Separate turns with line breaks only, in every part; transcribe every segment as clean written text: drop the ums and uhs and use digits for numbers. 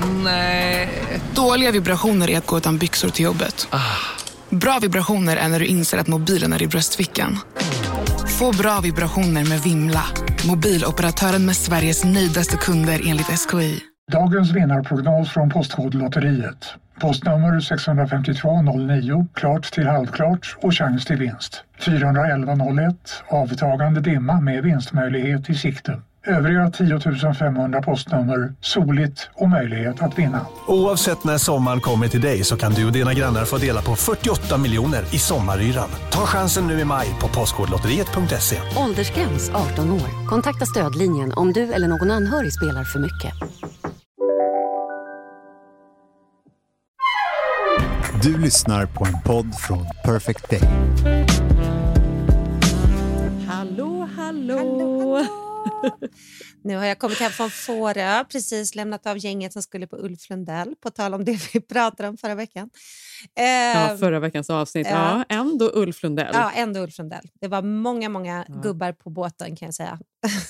Nej. Dåliga vibrationer är att gå utan byxor till jobbet. Bra vibrationer är när du inser att mobilen är i bröstfickan. Få bra vibrationer med Vimla. Mobiloperatören med Sveriges nöjdaste kunder enligt SKI.
Dagens vinnarprognos från Postkodlotteriet. Postnummer 65209, klart till halvklart och chans till vinst. 41101, avtagande dimma med vinstmöjlighet i sikte. Övriga 10 500 postnummer, soligt och möjlighet att vinna.
Oavsett när sommaren kommer till dig så kan du och dina grannar få dela på 48 miljoner i sommaryran. Ta chansen nu i maj på postkodlotteriet.se.
Åldersgräns 18 år. Kontakta stödlinjen om du eller någon anhörig spelar för mycket.
Du lyssnar på en podd från Perfect Day.
Hallå. Nu har jag kommit hem från Fårö, precis lämnat av gänget som skulle på Ulf Lundell, på tal om det vi pratade om förra veckan.
Förra veckans avsnitt. Ja, ändå Ulf Lundell.
Ja, ändå Ulf Lundell. Det var många gubbar på båten, kan jag säga.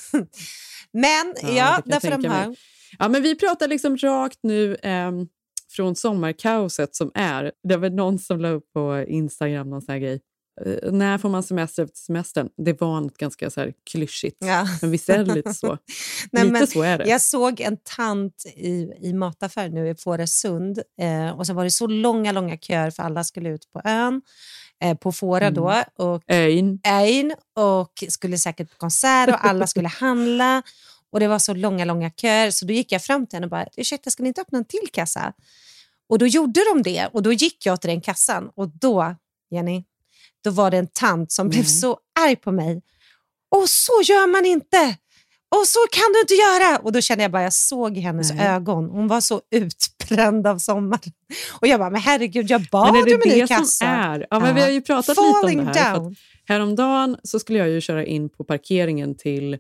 Men därför de här.
Ja, men vi pratar liksom rakt nu från sommarkaoset som är. Det var någon som la upp på Instagram någon sån här grej. När får man semester efter semestern? Det var något ganska så här klyschigt. Ja. Men visst är det lite så. Så är det.
Jag såg en tant i mataffär nu i Fårösund. Och så var det så långa köer för alla skulle ut på ön. På Fårö då. Och Ön. Och skulle säkert på konsert och alla skulle handla. Och det var så långa köer. Så då gick jag fram till henne och bara, ursäkta, ska ni inte öppna en till kassa? Och då gjorde de det. Och då gick jag till den kassan. Och då, Jenny, då var det en tant som blev så arg på mig. Och så gör man inte. Och så kan du inte göra. Och då kände jag bara, jag såg hennes ögon. Hon var så utbränd av sommaren. Och jag bara, men herregud, jag bad om en ny kassa.
Ja, men vi har ju pratat lite om det här. För att häromdagen så skulle jag ju köra in på parkeringen till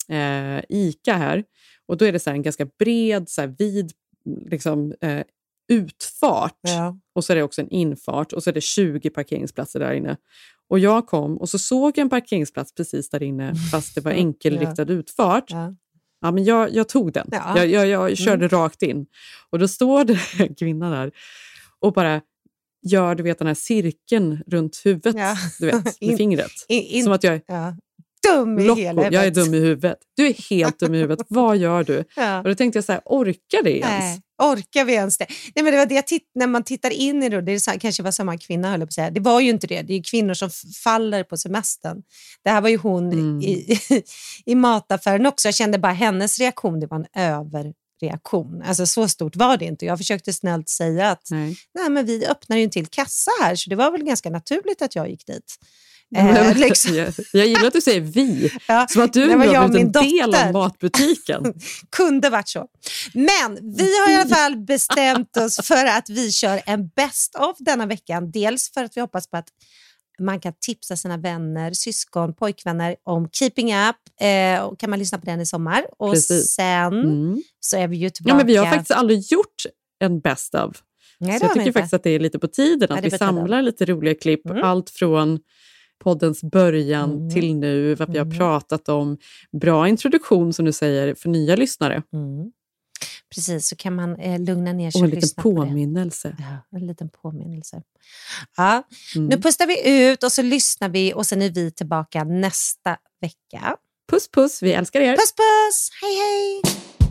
ICA här. Och då är det så här en ganska bred, så här vid liksom, utfart. Ja. Och så är det också en infart. Och så är det 20 parkeringsplatser där inne. Och jag kom och så såg jag en parkeringsplats precis där inne. Fast det var enkelriktad utfart. Ja, men jag tog den. Ja. Jag körde rakt in. Och då står det en kvinna där. Och bara gör, du vet, den här cirkeln runt huvudet. Ja. Du vet, med fingret. Som att jag är
dum i hela huvudet.
Jag är dum i huvudet. Du är helt dum i huvudet. Vad gör du? Ja. Och då tänkte jag så här, orkar det ens?
Nej, orkar vi ens det? Nej, men det var det när man tittar in i det, det är kanske var samma kvinna höll på att säga. Det var ju inte det. Det är ju kvinnor som faller på semestern. Det här var ju hon i mataffären också. Jag kände bara hennes reaktion, det var en överreaktion. Alltså så stort var det inte. Jag försökte snällt säga att nej, men vi öppnar ju en till kassa här, så det var väl ganska naturligt att jag gick dit.
Liksom. Jag gillar att du säger vi. Som att du nu har blivit en del av matbutiken.
Kunde varit så. Men vi har i alla fall bestämt oss för att vi kör en best of denna veckan. Dels för att vi hoppas på att man kan tipsa sina vänner, syskon, pojkvänner om Keeping Up. Och kan man lyssna på den i sommar. Och sen så är vi ju tillbaka.
Ja, men vi har faktiskt aldrig gjort en best of. Nej, så jag tycker faktiskt att det är lite på tiden att vi samlar lite roliga klipp. Allt från poddens början till nu, vad vi har pratat om. Bra introduktion, som du säger, för nya lyssnare.
Precis, så kan man lugna ner sig
och lyssna påminnelse.
På det. Ja, en liten påminnelse. Ja, nu pustar vi ut och så lyssnar vi och sen är vi tillbaka nästa vecka.
Puss, vi älskar er.
Puss, hej.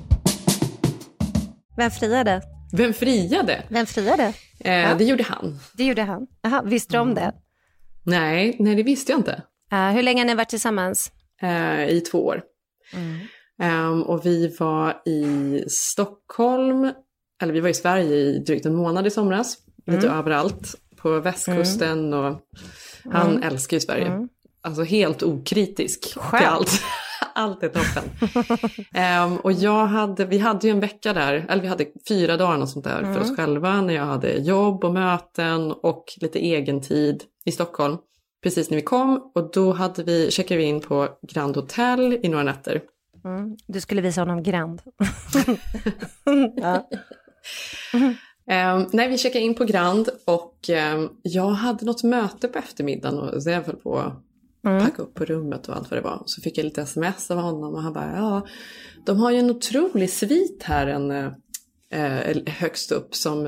Vem friade?
Det gjorde han.
Jaha, visste du om det?
Nej, det visste jag inte.
Hur länge har ni varit tillsammans?
I 2 år. Och vi var i Stockholm, eller vi var i Sverige i drygt en månad i somras. Lite överallt på västkusten och han älskar ju Sverige. Alltså helt okritisk till allt. Allt är toppen. Och vi hade ju en vecka där, eller vi hade 4 dagar och sånt där för oss själva när jag hade jobb och möten och lite egen tid i Stockholm. Precis när vi kom, och då checkade vi in på Grand Hotel i några nätter.
Du skulle visa honom Grand.
Nej, vi checkade in på Grand och jag hade något möte på eftermiddagen och så jag höll på att packa upp på rummet och allt vad det var. Så fick jag lite sms av honom och han bara, de har ju en otrolig svit här, högst upp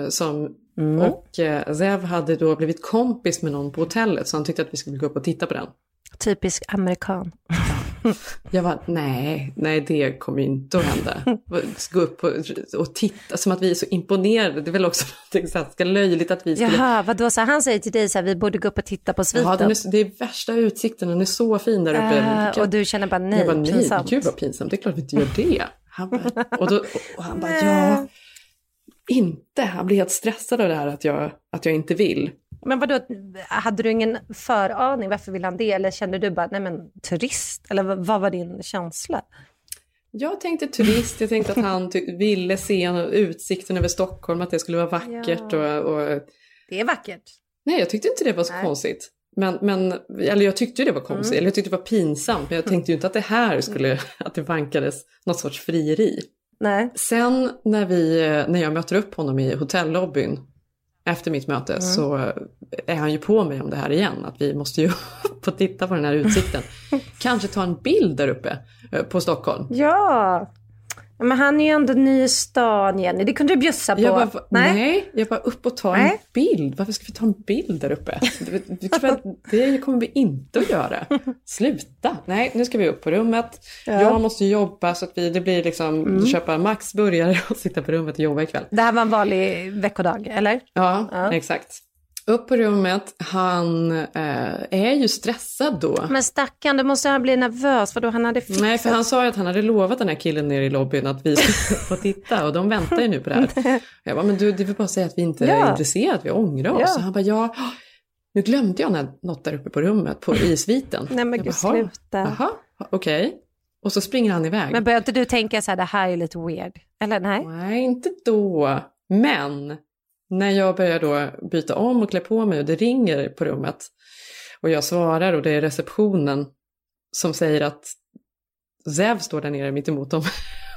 och Zev hade då blivit kompis med någon på hotellet, så han tyckte att vi skulle gå upp och titta på den.
Typisk amerikan.
Jag var nej, det kommer inte att hända. Gå upp och titta, som att vi är så imponerade. Det är väl också ganska löjligt att vi skulle...
Jaha, vadå? Så han säger till dig så här, vi borde gå upp och titta på sviten.
Ja, det är värsta utsikten, den är så fin där uppe.
Och du känner bara nej,
jag bara,
pinsamt.
Gud vad pinsamt, det är klart vi inte gör det. Han bara, ja, inte. Han blir helt stressad av det här att jag inte vill.
Men vadå, hade du ingen föraning? Varför vill han det? Eller kände du bara, nej men turist? Eller vad var din känsla?
Jag tänkte turist, jag tänkte att han ville se utsikten över Stockholm, att det skulle vara vackert. Ja. Och...
Det är vackert.
Nej, jag tyckte inte det var så konstigt. Eller jag tyckte det var konstigt, eller jag tyckte det var pinsamt. Men jag tänkte ju inte att det här att det vankades något sorts frieri.
Nej.
Sen när jag möter upp honom i hotellobbyn efter mitt möte så är han ju på mig om det här igen. Att vi måste ju få titta på den här utsikten. Kanske ta en bild där uppe på Stockholm.
Ja, men han är ju ändå ny i stan, Jenny. Det kunde du bjussa på.
Jag bara upp och ta en bild. Varför ska vi ta en bild där uppe? Det kommer vi inte att göra. Sluta. Nej, nu ska vi upp på rummet. Ja. Jag måste jobba så att det blir liksom köpa Max burgare och sitta på rummet och jobba ikväll.
Det här var en vanlig veckodag, eller?
Ja. Exakt. Upp på rummet, han är ju stressad då.
Men stackarn, då måste han bli nervös för då han hade fixat.
Nej, för han sa ju att han hade lovat den här killen nere i lobbyn att vi skulle få titta och de väntar ju nu på det här. Jag bara, men du, det vill bara säga att vi inte är intresserade, vi ångrar oss. Ja. Och han bara, nu glömde jag något där uppe på rummet, i sviten.
Nej men gud, sluta.
Jaha, okej. Och så springer han iväg.
Men började inte du tänka så här, det här är lite weird? Eller nej?
Nej, inte då. Men... När jag börjar då byta om och klä på mig och det ringer på rummet och jag svarar och det är receptionen som säger att Zev står där nere mitt emot dem.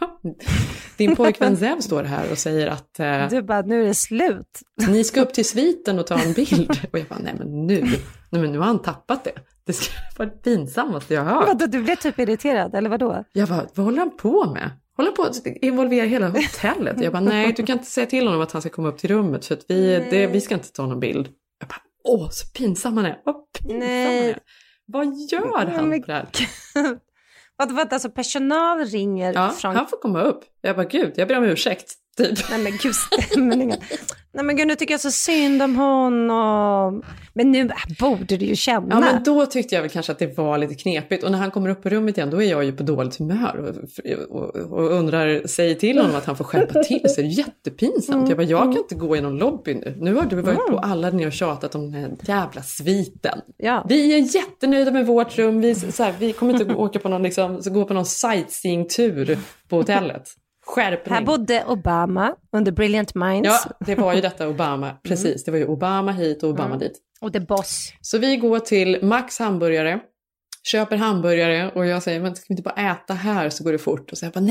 Din pojkvän Zev står här och säger att...
Du bara, nu är det slut.
Ni ska upp till sviten och ta en bild. Och jag bara, nej men nu har han tappat det. Det ska vara det pinsammaste jag har hört.
Du blev typ irriterad, eller vadå?
Jag bara, vad håller han på med? Håller på att involvera hela hotellet. Jag bara, nej, du kan inte säga till honom att han ska komma upp till rummet. För att vi ska inte ta någon bild. Jag bara, så pinsam han är.
Nej.
Vad gör han på det här?
Vad, alltså personal ringer från...
han får komma upp. Jag bara, gud, jag ber om ursäkt. Typ.
Nej men gud, stämningen. Nej men gud, nu tycker jag så synd om honom. Men nu borde du ju känna.
Ja, men då tyckte jag väl kanske att det var lite knepigt. Och när han kommer upp på rummet igen, då är jag ju på dåligt humör. Och undrar, säger till honom att han får skärpa till sig. Det är jättepinsamt. Jag bara, jag kan inte gå i någon lobby nu. Nu har du varit på alla ner och tjatat om den här jävla sviten. Ja. Vi är jättenöjda med vårt rum. Vi kommer inte att åka på någon, gå på någon sightseeing-tur på hotellet. Skärpning.
Här bodde Obama under Brilliant Minds.
Ja, det var ju detta Obama. Precis, det var ju Obama hit och Obama dit.
Och The Boss.
Så vi går till Max hamburgare, köper hamburgare och jag säger, men ska vi inte bara äta här så går det fort. Och så jag bara,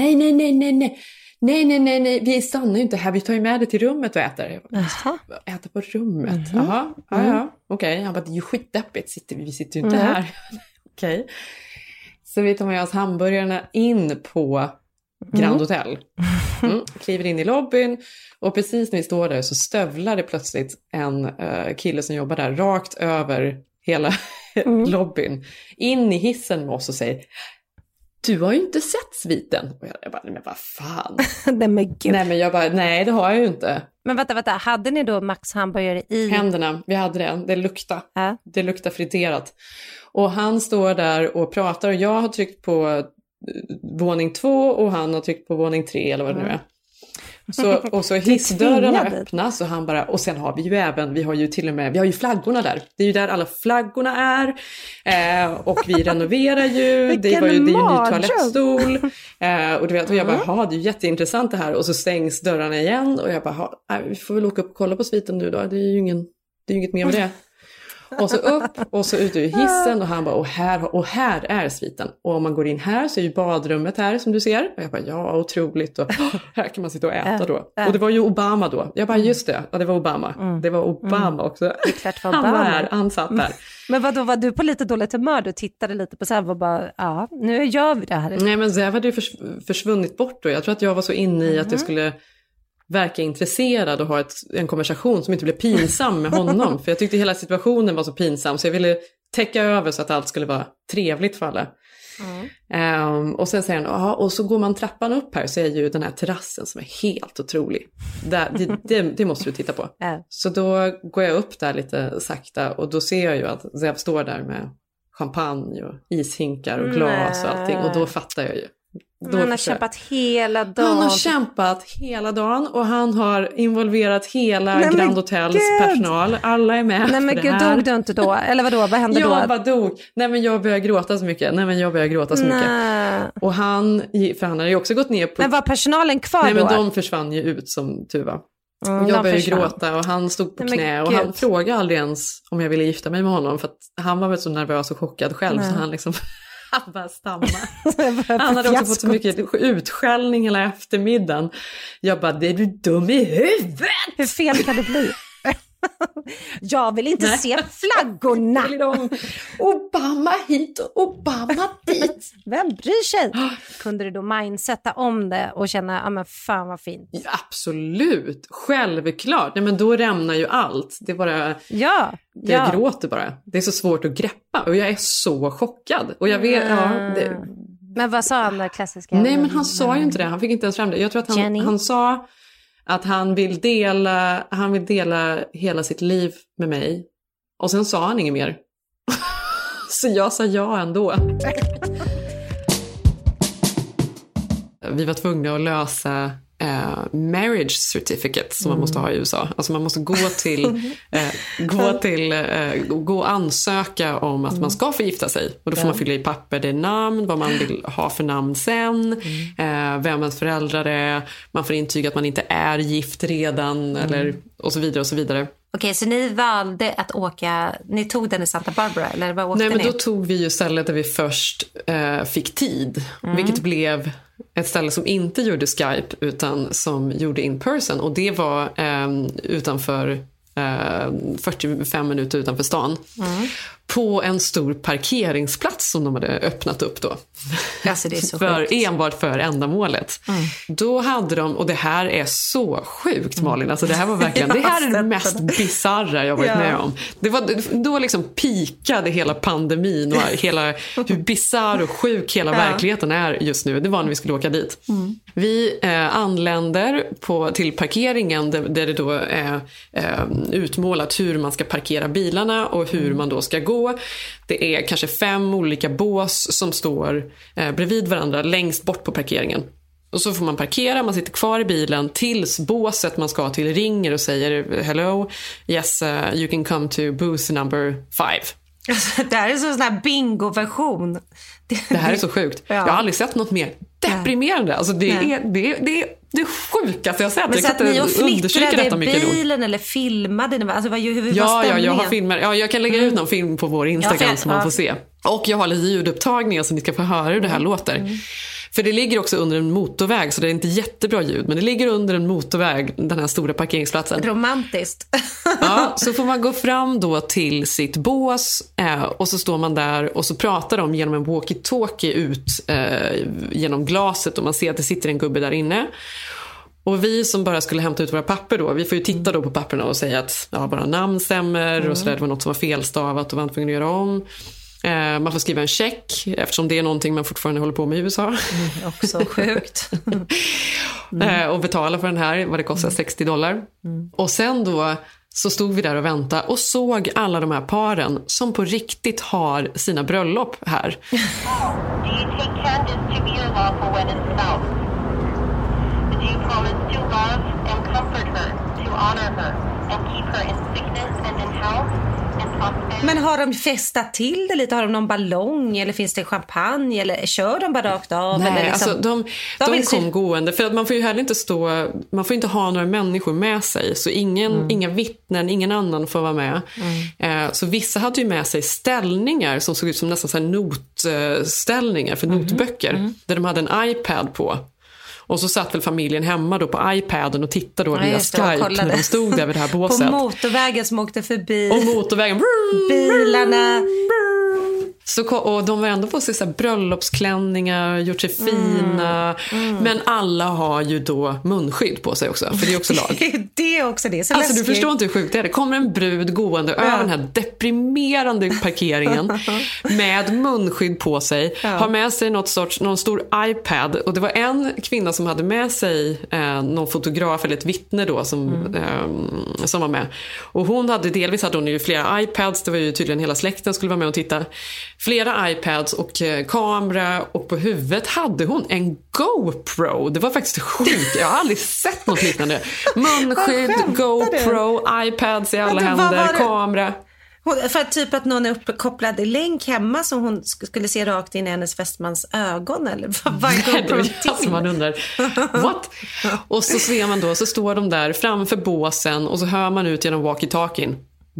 nej, vi stannar ju inte här, vi tar ju med det till rummet och äter. Äta på rummet? Jaha, okej. Han bara, det är ju skitdeppigt, vi sitter ju inte här. Okej. Så vi tar med oss hamburgarna in på Grand Hotel. Kliver in i lobbyn och precis när vi står där så stövlar det plötsligt en kille som jobbar där rakt över hela lobbyn in i hissen med oss och säger, du har ju inte sett sviten. Och jag bara, men vad fan. Nej, det har jag ju inte.
Men vänta, hade ni då Max hamburgare i
händerna? Vi hade det luktade. Det luktar friterat. Och han står där och pratar och jag har tryckt på våning 2 och han har tryckt på våning 3 eller vad det nu är. Och så hissdörrarna öppnas och han bara, och sen har vi ju även, vi har ju flaggorna där. Det är ju där alla flaggorna är. Och vi renoverar ju. Det är ju ny toalettstol. Och du vet, och jag bara, det är ju jätteintressant det här. Och så stängs dörrarna igen och jag bara, vi får väl åka upp och kolla på sviten nu då. Det är ju inget mer med det. Och så upp och så ut ur hissen och han bara, och här är sviten. Och om man går in här så är ju badrummet här som du ser. Och jag bara, ja, otroligt. Och här kan man sitta och äta då. Och det var ju Obama då. Jag bara, just det. Ja, det var Obama. Det var Obama också. Det är klart det var Obama. Han var här, han satt där.
Men vadå, var du på lite dåligt humör? Du tittade lite på Zev och bara, nu gör vi det här.
Nej, men Zev hade ju försvunnit bort då. Jag tror att jag var så inne i att jag skulle verka intresserad och ha en konversation som inte blev pinsam med honom. För jag tyckte hela situationen var så pinsam så jag ville täcka över så att allt skulle vara trevligt för alla. Och sen säger han, och så går man trappan upp här så är ju den här terrassen som är helt otrolig. Det måste du titta på. Så då går jag upp där lite sakta och då ser jag ju att Zev står där med champagne och ishinkar och glas och allting. Och då fattar jag ju.
Han har kämpat hela dagen.
Han har kämpat hela dagen och han har involverat hela Grand Hotels personal. Alla är med.
Nej men gud, dog du inte då? Eller vadå, vad hände då?
Jag bara dog. Nej men jag började gråta så mycket. Och han hade ju också gått ner på...
Men var personalen kvar då?
Nej men de försvann ju ut som tuva. Jag började gråta och han stod på knä och han frågade aldrig ens om jag ville gifta mig med honom för att han var väl så nervös och chockad själv så han liksom... Han bara stamma. Han hade också fått så mycket utskällning hela eftermiddagen. Jag bara, det är du dum i huvudet?
Hur fel kan det bli? Jag vill inte se flaggorna.
Obama hit och Obama dit.
Vem bryr sig? Kunde du då mindsetta om det och känna, men fan vad fint?
Ja, absolut, självklart. Nej, men då rämnar ju allt. Det är bara... Jag gråter bara. Det är så svårt att greppa och jag är så chockad. Och jag vet,
Men vad sa han där klassiska?
Nej, men han sa ju inte det. Han fick inte ens fram det. Jag tror att han sa att han vill dela hela sitt liv med mig. Och sen sa han inget mer. Så jag sa ja ändå. Vi var tvungna att lösa marriage certificate som man måste ha i USA. Alltså man måste gå och ansöka om att man ska få gifta sig. Och då får man fylla i papper, det är namn, vad man vill ha för namn sen, vem ens föräldrar är, man får intyga att man inte är gift redan eller, och så vidare och så vidare.
Okej, så ni valde att åka, ni tog den i Santa Barbara eller vad åkte ni?
Nej, men då tog vi ju stället där vi först fick tid, vilket blev ett ställe som inte gjorde Skype utan som gjorde in person, och det var utanför 45 minuter utanför stan på en stor parkeringsplats som de hade öppnat upp då.
Alltså det är så
sjukt. Enbart för ändamålet. Då hade de, och det här är så sjukt Malin, alltså det här var verkligen, det här är det mest bizarra jag varit med om. Det var, då liksom pikade hela pandemin och hela hur bizarr och sjuk hela verkligheten är just nu. Det var när vi skulle åka dit. Vi anländer till parkeringen där det då är utmålat hur man ska parkera bilarna och hur man då ska gå. Det är kanske 5 olika bås som står bredvid varandra längst bort på parkeringen. Och så får man parkera, man sitter kvar i bilen tills båset man ska till ringer och säger hello, yes, you can come to booth number 5.
Alltså, det här är så sån här bingo-version.
Det här är så sjukt. Jag har aldrig sett något mer deprimerande. Alltså det är det sjukaste jag sett.
Men så att ni och fnittrade
i
bilen eller filmade? Alltså, hur var
jag har filmer. Ja, jag kan lägga ut någon film på vår Instagram som man får se. Och jag har lite ljudupptagningar så ni ska få höra hur det här låter. För det ligger också under en motorväg så det är inte jättebra ljud. Men det ligger under en motorväg, den här stora parkeringsplatsen.
Romantiskt.
Ja, så får man gå fram då till sitt bås och så står man där och så pratar de genom en walkie-talkie ut genom glaset och man ser att det sitter en gubbe där inne. Och vi som bara skulle hämta ut våra papper då, vi får ju titta då på papperna och säga att våra namn stämmer och så där, det var något som var felstavat och var inte tvungen att göra om. Man får skriva en check eftersom det är någonting man fortfarande håller på med i USA.
Också sjukt.
Och betala för den här, vad det kostar, $60. Och sen då så stod vi där och väntade och såg alla de här paren som på riktigt har sina bröllop här.
Do you take Candace to be your lawful wedded spouse? Do you promise to love and comfort her, to honor her, and keep her in sickness and in health?
Men har de festat till det lite? Har de någon ballong eller finns det champagne eller kör de bara rakt av?
Nej,
eller liksom...
alltså de kom gående för att man får ju heller inte man får inte ha några människor med sig så inga vittnen, ingen annan får vara med. Så vissa hade ju med sig ställningar som såg ut som nästan så här notställningar för notböcker där de hade en iPad på. Och så satt väl familjen hemma då på iPaden och tittade då via Skype när de stod där vid det här båset.
På motorvägen som åkte förbi.
Och motorvägen.
Bilarna.
Och de var ändå på sig så här bröllopsklänningar, gjort sig fina. Men alla har ju då munskydd på sig också, för det är också lag.
Det är också det. Så
alltså du förstår inte hur sjukt det är. Det kommer en brud gående över den här deprimerande parkeringen med munskydd på sig. Har med sig någon stor iPad. Och det var en kvinna som hade med sig någon fotograf eller ett vittne då som var med. Och delvis hade hon ju flera iPads. Det var ju tydligen hela släkten skulle vara med och titta. Flera iPads och kamera, och på huvudet hade hon en GoPro. Det var faktiskt sjukt. Jag har aldrig sett något liknande. Munskydd, GoPro, iPads i alla händer, kamera.
För typ att någon är uppkopplad i länk hemma som hon skulle se rakt in i hennes fästmans ögon, eller vad är GoPro till?
Alltså man undrar, what? Och så ser man då, så står de där framför båsen och så hör man ut genom walkie-talkien.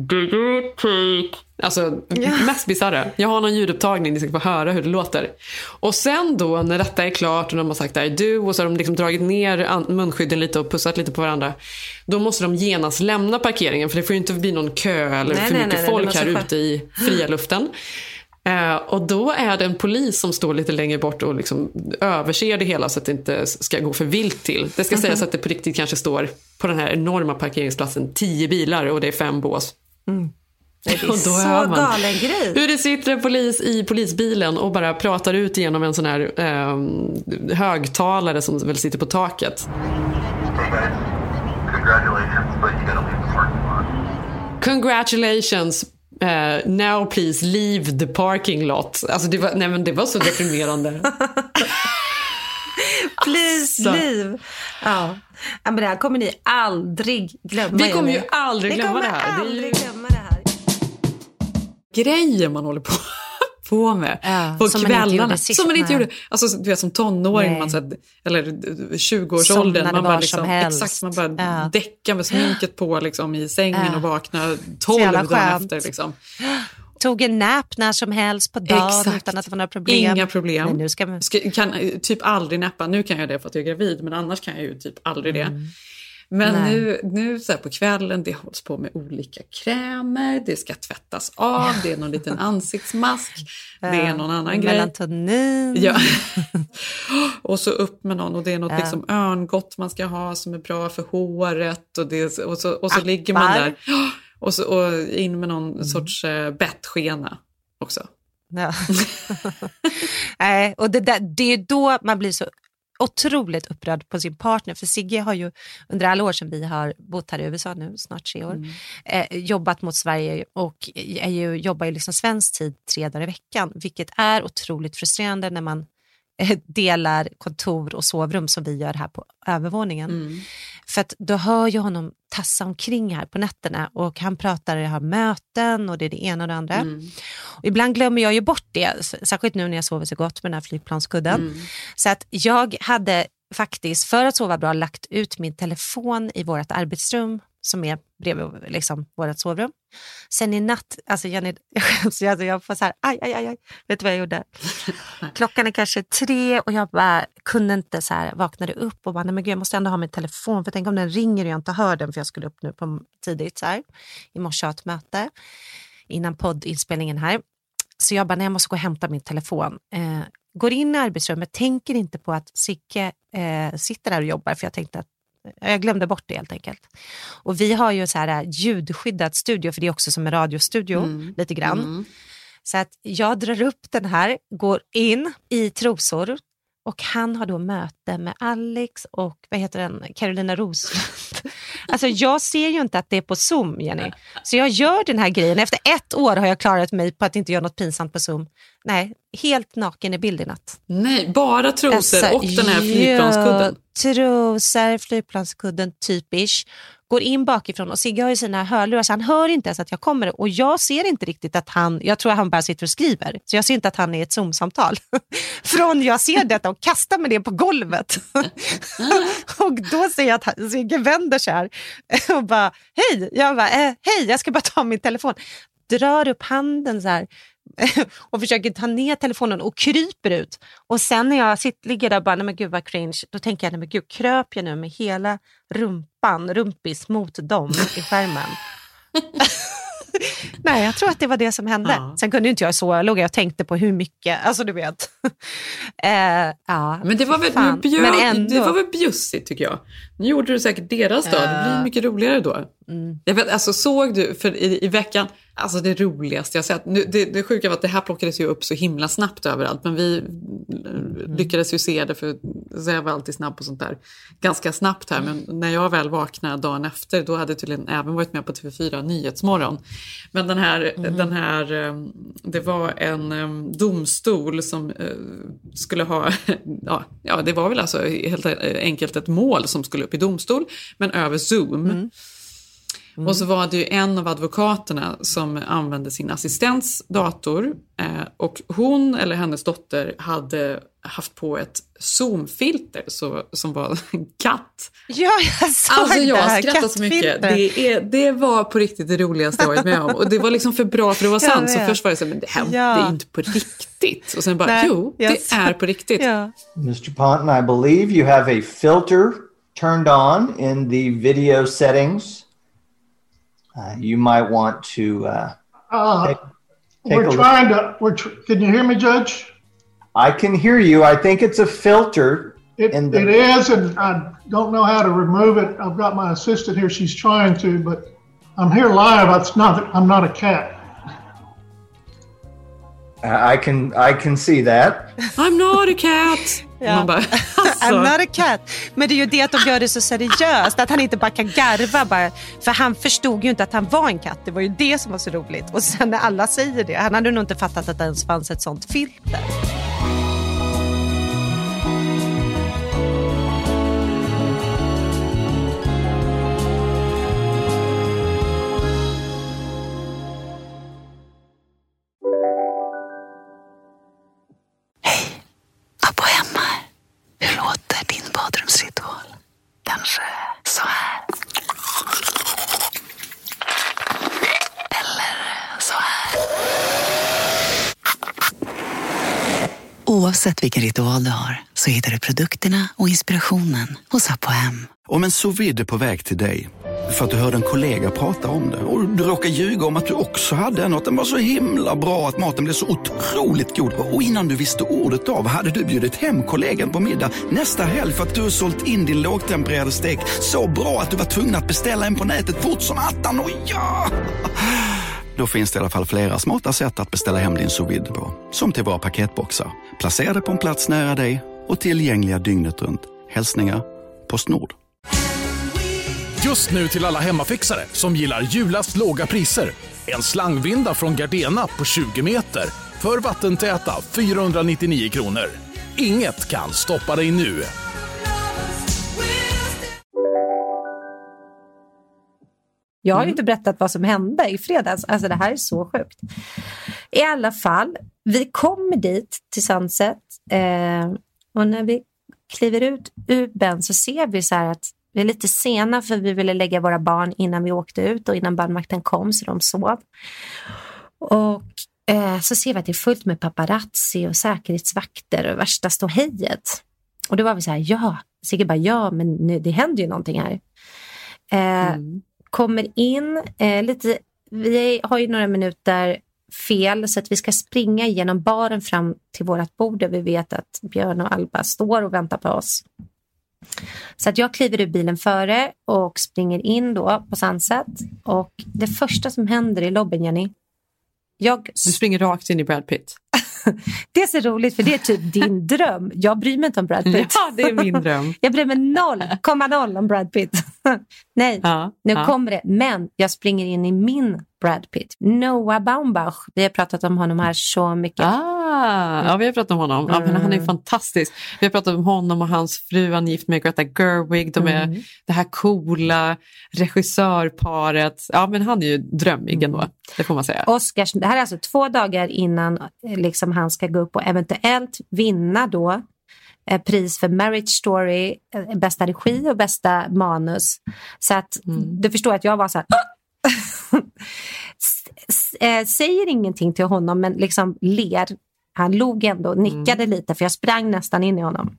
Alltså mest bizarra. Jag har någon ljudupptagning, ni ska få höra hur det låter. Och sen då när detta är klart och de har sagt I do, och så har de liksom dragit ner munskydden lite och pussat lite på varandra, då måste de genast lämna parkeringen, för det får ju inte bli någon kö eller för mycket folk här ute i fria luften. Och då är det en polis som står lite längre bort och liksom överser det hela så att det inte ska gå för vilt till. Det ska sägas att det på riktigt kanske står på den här enorma parkeringsplatsen 10 bilar och det är 5 bås.
Det är och då så galen grej.
Hur det sitter en polis i polisbilen och bara pratar ut genom en sån här högtalare som väl sitter på taket. Congratulations. Now please leave the parking lot. Alltså det var så deprimerande.
Please leave. Ja. Men det här kommer ni aldrig glömma.
Vi kommer ju aldrig glömma det här. Grejer man håller på med på kvällarna som man inte gjorde. Alltså du vet, som tonåring man så, eller 20-årsåldern man bara liksom, exakt, man bara däckar med sminket på liksom i sängen och vaknar 12 dagar efter liksom.
Tog en nap när som helst på dagen utan att det var några problem.
Inga problem.
Nej, nu ska man...
kan typ aldrig nappa. Nu kan jag det för att jag är gravid, men annars kan jag ju typ aldrig det. Men nu så här på kvällen, det hålls på med olika krämer, det ska tvättas av, det är någon liten ansiktsmask, det är någon annan grej.
Melatonin.
Ja. Och så upp med någon, och det är något liksom örngott man ska ha som är bra för håret, och så ligger man där. Och in med någon sorts bettskena också.
Ja. Och det är då man blir så otroligt upprörd på sin partner. För Sigge har ju under alla år som vi har bott här i USA nu, snart 3 år, jobbat mot Sverige och jobbar ju liksom svensk tid 3 dagar i veckan. Vilket är otroligt frustrerande när man delar kontor och sovrum som vi gör här på övervåningen. För att då hör jag honom tassa omkring här på nätterna och han pratar, jag har möten och det är det ena och det andra. Och ibland glömmer jag ju bort det, särskilt nu när jag sover så gott med den här flygplanskudden. Så att jag hade faktiskt, för att sova bra, lagt ut min telefon i vårt arbetsrum som är bredvid liksom vårt sovrum. Sen i natt, alltså Jenny, jag får så här, aj. Vet du vad jag gjorde? Klockan är kanske 3 och jag bara kunde inte så här, vaknade upp och bara, nej men gud, jag måste ändå ha min telefon, för tänk om den ringer och jag inte hör den, för jag skulle upp nu på tidigt så här. I morse ett möte innan poddinspelningen här. Så jag bara, nej, jag måste gå och hämta min telefon. Går in i arbetsrummet, tänker inte på att Sigge sitter där och jobbar, för jag tänkte att jag glömde bort det helt enkelt. Och vi har ju så här ljudskyddad studio, för det är också som en radiostudio lite grann. Så att jag drar upp den här, går in i trosor, och han har då möte med Alex och Carolina Roslund. Alltså jag ser ju inte att det är på Zoom, Jenny. Så jag gör den här grejen. Efter 1 år har jag klarat mig på att inte göra något pinsamt på Zoom. Nej, helt naken i bild i natt.
Nej, bara trosor alltså, och den här flygplanskudden.
Trosor, flygplanskudden, typisch. Går in bakifrån och Sigge har ju sina hörlurar, så han hör inte ens att jag kommer. Och jag ser inte riktigt att jag tror att han bara sitter och skriver. Så jag ser inte att han är i ett Zoom-samtal. Från jag ser detta och kastar med det på golvet. Och då ser jag att Sigge vänder sig här och bara, hej. Jag bara, hej, jag ska bara ta min telefon. Drar upp handen så här och försöker ta ner telefonen och kryper ut. Och sen när jag ligger där och bara, nej men gud vad cringe, då tänker jag, nej men gud, kröp jag nu med hela rumpis mot dem i skärmen. Nej, jag tror att det var det som hände.
Ja.
Sen kunde inte jag så, jag låg och tänkte på hur mycket, alltså du vet. Ja,
men det var väl, det var väl bjussigt tycker jag. Nu gjorde du säkert deras dag, det blir mycket roligare då. Jag vet, alltså såg du, för i veckan, alltså det roligaste jag sett, nu, det sjuka var att det här plockades ju upp så himla snabbt överallt, men vi lyckades ju se det, för så jag var alltid snabb på sånt där ganska snabbt här, men när jag väl vaknade dagen efter, då hade jag tydligen även varit med på TV4 Nyhetsmorgon. Men den här det var en domstol som skulle ha ja, det var väl alltså helt enkelt ett mål som skulle upp i domstol, men över Zoom. Och så var det ju en av advokaterna som använde sin assistents dator, och hon eller hennes dotter hade haft på ett Zoom-filter som var en katt.
Ja, jag såg
alltså jag
det här
skrattade så mycket. Det var på riktigt det roligaste jag varit med om. Och det var liksom för bra för att vara sant. Så först var det så, men det är inte på riktigt. Och sen bara, det är på riktigt.
Ja. Mr. Ponton, I believe you have a filter turned on in the video settings. You might want to take
can you hear me, Judge?
I can hear you. I think it's a filter.
It is, and I don't know how to remove it. I've got my assistant here. She's trying to, but I'm here live. I'm not a cat.
I can see that.
I'm not a cat. Man bara, alltså.
I'm not a cat. Men det är ju det att de gör det så seriöst, att han inte bara kan garva bara, för han förstod ju inte att han var en katt. Det var ju det som var så roligt. Och sen när alla säger det, han hade nog inte fattat att det ens fanns ett sånt filter.
Kanske så här. Eller så här. Oavsett vilken ritual du har så hittar du produkterna och inspirationen hos Apohem.
Om en sous vide är på väg till dig för att du hörde en kollega prata om det och du råkar ljuga om att du också hade något, den var så himla bra att maten blev så otroligt god, och innan du visste ordet av hade du bjudit hem kollegan på middag nästa helg för att du har sålt in din lågtempererade stek så bra att du var tvungen att beställa en på nätet fort som attan. Och ja! Då finns det i alla fall flera smarta sätt att beställa hem din sous vide på, som till våra paketboxar, placerade på en plats nära dig och tillgängliga dygnet runt. Hälsningar PostNord.
Just nu till alla hemmafixare som gillar julast låga priser. En slangvinda från Gardena på 20 meter för vattentäta 499 kronor. Inget kan stoppa dig nu.
Jag har ju inte berättat vad som hände i fredags. Alltså det här är så sjukt. I alla fall, vi kommer dit till Sunset. Och när vi kliver ut ur Ben så ser vi så här att vi är lite sena, för vi ville lägga våra barn innan vi åkte ut och innan barnvakten kom, så de sov. Och så ser vi att det är fullt med paparazzi och säkerhetsvakter och värsta ståhejet. Och då var vi så här, Sigge bara, men nu, det händer ju någonting här. Kommer in lite, vi har ju några minuter fel, så att vi ska springa genom baren fram till vårat bord där vi vet att Björn och Alba står och väntar på oss. Så att jag kliver ur bilen före och springer in då på Sunset. Och det första som händer i lobbyn, Jenny,
du springer rakt in i Brad Pitt.
Det är så roligt, för det är typ din dröm. Jag bryr mig inte om Brad Pitt.
Ja, det är min dröm.
Jag bryr mig 0,0 om Brad Pitt. Nej, nu kommer det. Men jag springer in i min Brad Pitt. Noah Baumbach. Vi har pratat om honom här så mycket.
Ja, vi har pratat om honom. Ja, men han är fantastisk. Vi har pratat om honom och hans fru, han är gift med Greta Gerwig. De är det här coola regissörparet. Ja, men han är ju drömmig ändå. Det får man säga.
Oscars, det här är alltså 2 dagar innan liksom han ska gå upp och eventuellt vinna då pris för Marriage Story, bästa regi och bästa manus. Så att du förstår att jag var så här säger ingenting till honom, men liksom ler. Han log ändå och nickade lite, för jag sprang nästan in i honom.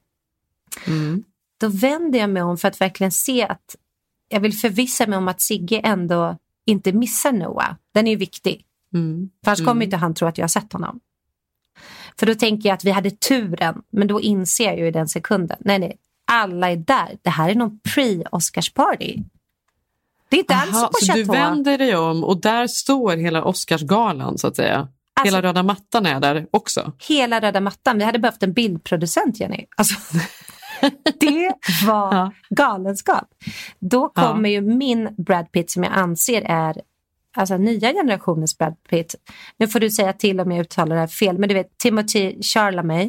Då vände jag mig om för att verkligen se att jag vill förvissa mig om att Sigge ändå inte missar Noah. Den är ju viktig. För annars kommer inte han tro att jag har sett honom. För då tänker jag att vi hade turen. Men då inser jag ju i den sekunden. Nej, alla är där. Det här är någon pre-Oscars-party. Det är inte alls på
så
Chateau.
Du vänder dig om och där står hela Oscarsgalan så att säga. Hela röda mattan är där också.
Hela röda mattan. Vi hade behövt en bildproducent, Jenny. Alltså, det var galenskap. Då kommer ju min Brad Pitt som jag anser är alltså nya generationens Brad Pitt. Nu får du säga till om jag uttalar det här fel. Men du vet, Timothée Chalamet.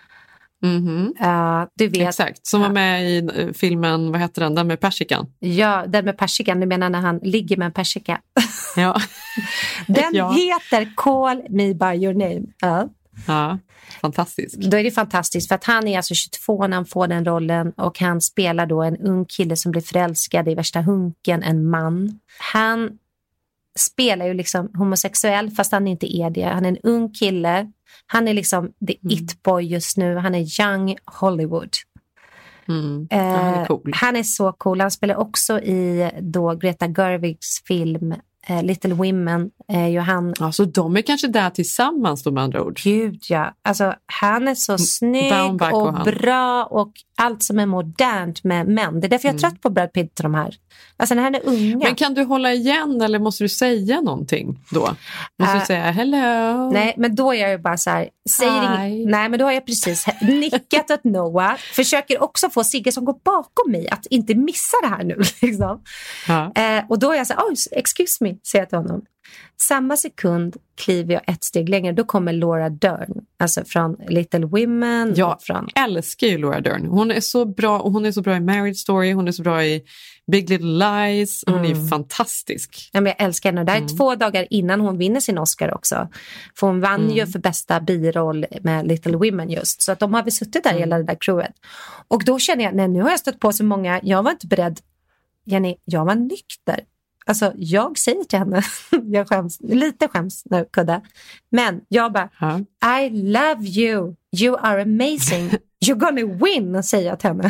Du vet.
Exakt, som var med i filmen, vad heter den med persikan?
Ja, den med persikan, du menar när han ligger med en persika.
Ja.
Den heter Call Me By Your Name.
Ja, fantastiskt.
Då är det fantastiskt för att han är alltså 22 när han får den rollen och han spelar då en ung kille som blir förälskad i värsta hunken, en man. Han spelar ju liksom homosexuell fast han inte är det. Han är en ung kille. Han är liksom the it-boy just nu. Han är young Hollywood.
Han är cool.
Han är så cool. Han spelar också i då Greta Gerwigs film Little Women.
Så de är kanske där tillsammans då med andra ord.
Gud ja. Alltså han är så snygg och bra och allt som är modernt med män. Det är därför jag är trött på Brad Pitt och de här. Alltså när han är unga.
Men kan du hålla igen eller måste du säga någonting då? Måste du säga hello?
Nej, men då är jag ju bara så här. Nej, men då har jag precis nickat åt Noah. Försöker också få Sigge som går bakom mig att inte missa det här nu. Liksom. Och då är jag så här, excuse me, säger jag till honom. Samma sekund kliver jag ett steg längre. Då kommer Laura Dern. Alltså från Little Women.
Jag älskar ju Laura Dern. Hon är så bra. Och hon är så bra i Marriage Story. Hon är så bra i Big Little Lies. Hon är ju fantastisk.
Ja, men jag älskar henne. Det här är 2 dagar innan hon vinner sin Oscar också. För hon vann ju för bästa biroll med Little Women just. Så att de har väl suttit där hela det där crewet. Och då känner jag, nej, nu har jag stött på så många. Jag var inte beredd. Jenny, jag var nykter. Alltså jag säger till henne, jag skäms, lite skäms nu Kudde. Men jag bara, I love you, you are amazing, you're gonna win, säger jag till henne.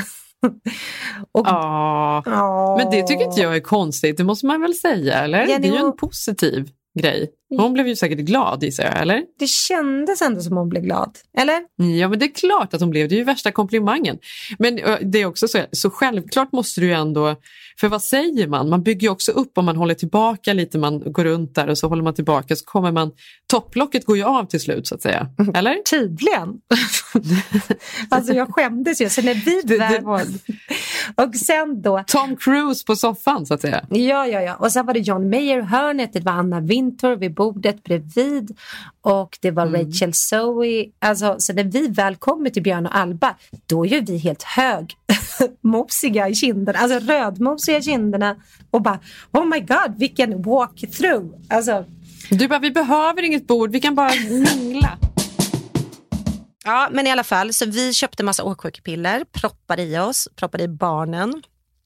Men det tycker inte jag är konstigt, det måste man väl säga, eller? Ja, det är ju en positiv grej. Hon blev ju säkert glad, gissar jag, eller?
Det kändes ändå som hon blev glad, eller?
Ja, men det är klart att hon blev. Det är ju värsta komplimangen. Men det är också så självklart måste du ju ändå, för vad säger man? Man bygger ju också upp om man håller tillbaka lite, man går runt där och så håller man tillbaka så kommer man, topplocket går ju av till slut så att säga, eller?
Tydligen. Alltså jag skämdes ju, så när vi och sen då
Tom Cruise på soffan så att säga.
Ja. Och sen var det John Mayer hörnet, det var Anna Wintour vid bordet bredvid och det var Rachel Zoe. Alltså, så när vi väl kommer till Björn och Alba, då är vi helt mopsiga i kinderna, alltså rödmosiga i kinderna och bara, oh my god, vilken walk-through. Alltså,
du bara, vi behöver inget bord, vi kan bara mingla.
Ja, men i alla fall, så vi köpte massa åksjukepiller, proppade i barnen.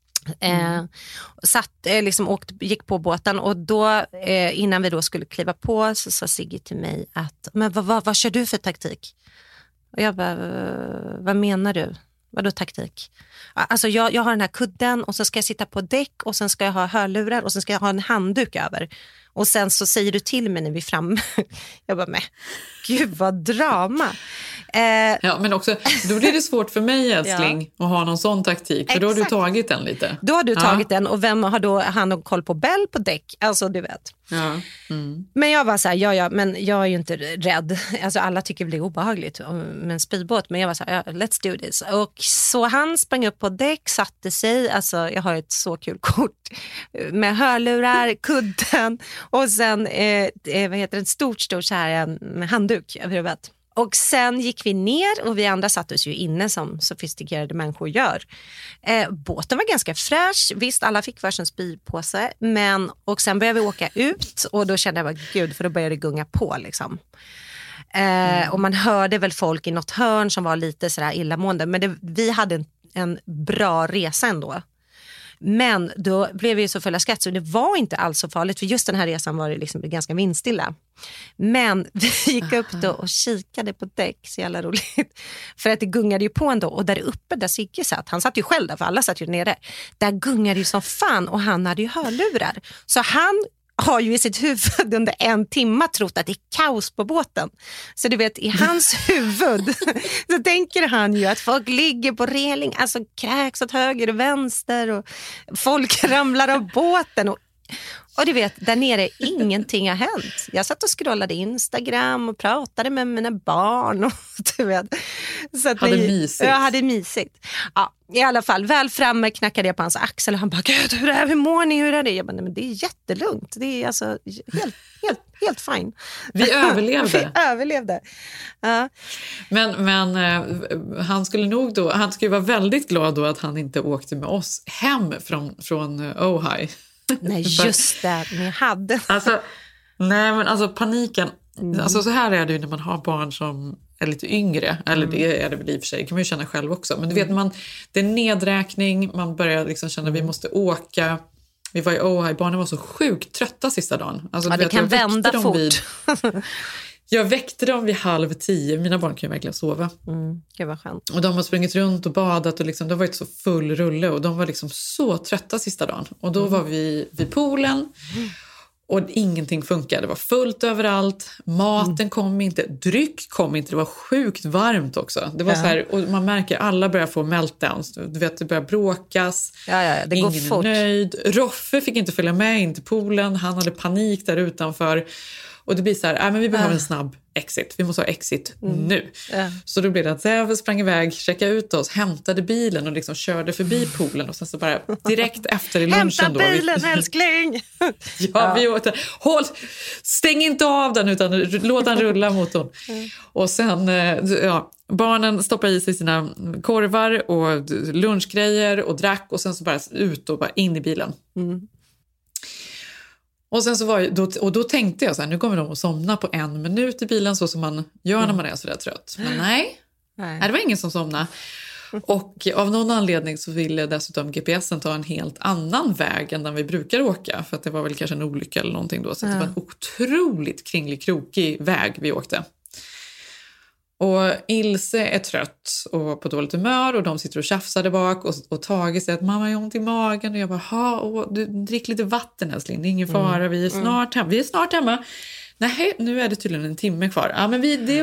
Gick på båten och då innan vi då skulle kliva på så sa Sigge till mig att, men vad kör du för taktik? Och jag bara, vad menar du? Vadå taktik? Alltså jag har den här kudden och så ska jag sitta på däck och sen ska jag ha hörlurar och sen ska jag ha en handduk över. Och sen så säger du till mig när vi är framme. Jag bara, men gud vad drama.
Ja, men också, då blir det svårt för mig, älskling, att ha någon sån taktik. För då har du tagit den lite.
Då har du tagit den, och vem har då hand om koll på Bell på däck? Alltså, du vet.
Ja.
Men jag var så här, men jag är ju inte rädd. Alltså alla tycker det blir obehagligt med en speedbåt. Men jag var så här, let's do this. Och så han sprang upp på däck, satte sig. Alltså jag har ett så kul kort med hörlurar, kudden och sen en stort så här med handduk över huvudet. Och sen gick vi ner och vi andra satt oss ju inne som sofistikerade människor gör. Båten var ganska fräsch. Visst, alla fick varsin spypåse. Och sen började vi åka ut och då kände jag bara, gud, för då började det gunga på liksom. Och man hörde väl folk i något hörn som var lite sådär illamående. Men vi hade en bra resa ändå. Men då blev vi så fulla skratt så det var inte alls så farligt. För just den här resan var det liksom ganska vindstilla. Men vi gick upp då och kikade på däck, så jävla roligt. För att det gungade ju på ändå. Och där uppe där Sigge satt, han satt ju själv där för alla satt ju nere. Där gungade ju som fan och han hade ju hörlurar. Så han har ju i sitt huvud under 1 timme trott att det är kaos på båten. Så du vet, i hans huvud så tänker han ju att folk ligger på reling, alltså kräks åt höger och vänster och folk ramlar av båten och du vet, där nere ingenting har hänt. Jag satt och scrollade Instagram och pratade med mina barn och du vet. Så att
mysigt.
Jag hade mysigt. Ja, i alla fall, väl framme knackade jag på hans axel och han bara, gud, hur mår ni? Hur är det? Jag bara, nej, men det är jättelugnt. Det är alltså helt fine.
Vi överlevde.
Vi överlevde. Ja.
Men han skulle vara väldigt glad då att han inte åkte med oss hem från Ojai.
Nej, just det. Ni hade.
Alltså paniken. Alltså så här är det ju när man har barn som är lite yngre. Eller det är det väl i och för sig. Det kan man ju känna själv också. Men du vet, det är nedräkning. Man börjar liksom känna att vi måste åka. Vi var i Ojai. Barnen var så sjukt trötta sista dagen. Alltså,
det kan vända fort.
Jag väckte dem vid 9:30. Mina barn kan ju verkligen sova.
Det var skönt.
Och de har sprungit runt och badat och liksom, det var ett så full rulle och de var liksom så trötta sista dagen. Och då var vi vid poolen och ingenting funkade. Det var fullt överallt. Maten kom inte. Dryck kom inte. Det var sjukt varmt också. Det var så här, och man märker alla börjar få meltdowns. Du vet, det börjar bråkas.
Det går
ingen
fort.
är nöjd. Roffe fick inte följa med in till poolen. Han hade panik där utanför. Och det blir så här, men vi behöver en snabb exit. Vi måste ha exit nu. Så då blev det att Zev sprang iväg, checkade ut oss, hämtade bilen och liksom körde förbi poolen. Och sen så bara direkt efter i lunchen
hämta bilen, älskling!
Vi åkte. Stäng inte av den utan låt den rulla motorn. Och sen, barnen stoppade i sig sina korvar och lunchgrejer och drack. Och sen så bara ut och bara in i bilen. Och sen så då tänkte jag så här, nu kommer de att somna på 1 minut i bilen så som man gör när man är så där trött. Men nej, det var ingen som somnade. Och av någon anledning så ville dessutom GPSen ta en helt annan väg än den vi brukar åka. För att det var väl kanske en olycka eller någonting då. Så det var en otroligt kringlig, krokig väg vi åkte. Och Ilse är trött och på dåligt humör och de sitter och tjafsar där bak och Tage säger att mamma, jag har ont i magen och jag bara, du drick lite vatten älskling, det är ingen fara, vi är snart hemma. Nej, nu är det tydligen 1 timme kvar. Ja, men det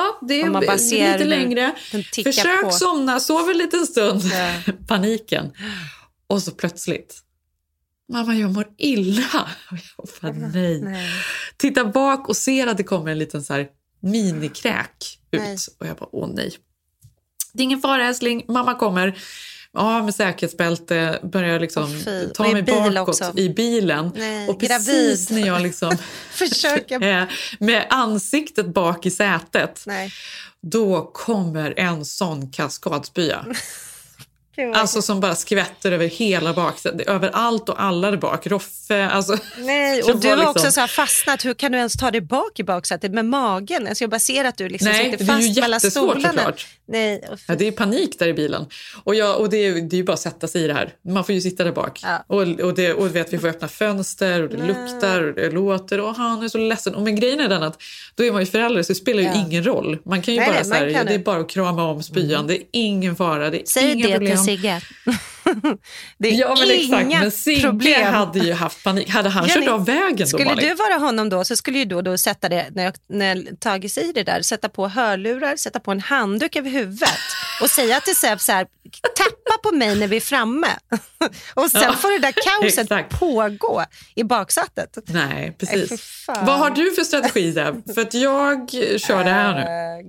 är lite längre. Försök somna, sov en liten stund. Paniken. Och så plötsligt, mamma, jag mår illa. Och jag bara, nej. Titta bak och ser att det kommer en liten så här minikräk ut. Och jag bara, åh nej. Det är ingen fara älskling, mamma kommer. Ja, med säkerhetsbälte börjar liksom ta mig bakåt i bilen.
Nej,
och precis när jag liksom
försöker
med ansiktet bak i sätet. Då kommer en sån kaskadspya. Alltså som bara skvätter över hela baksätet, över allt och alla där bak. Roffe, alltså.
Nej, och du har liksom också så här fastnat. Hur kan du ens ta dig bak i baksätet med magen? Alltså jag bara ser att du liksom sitter fast mellan stolarna. Nej,
ja, det är panik där i bilen. Och det är ju bara att sätta sig i det här. Man får ju sitta där bak. Ja. Och vet, vi får öppna fönster och det luktar och det låter och han är så ledsen. Men grejen är den att då är man ju förälder så det spelar ju ingen roll. Man kan ju bara så här, det är bara att krama om spyan. Det är ingen fara, det är inga problem.
Sigge.
Det är inga men Sigge problem. Hade ju haft panik. Hade han kört av vägen
skulle
då? Skulle
du vara honom då så skulle ju då sätta det, när tagit sig i det där, sätta på hörlurar, sätta på en handduk över huvudet och säga till Seb så här, tappa på mig när vi är framme. Och sen får det där kaoset pågå i baksätet.
Nej, precis. Vad har du för strategi där? För att jag kör det här nu.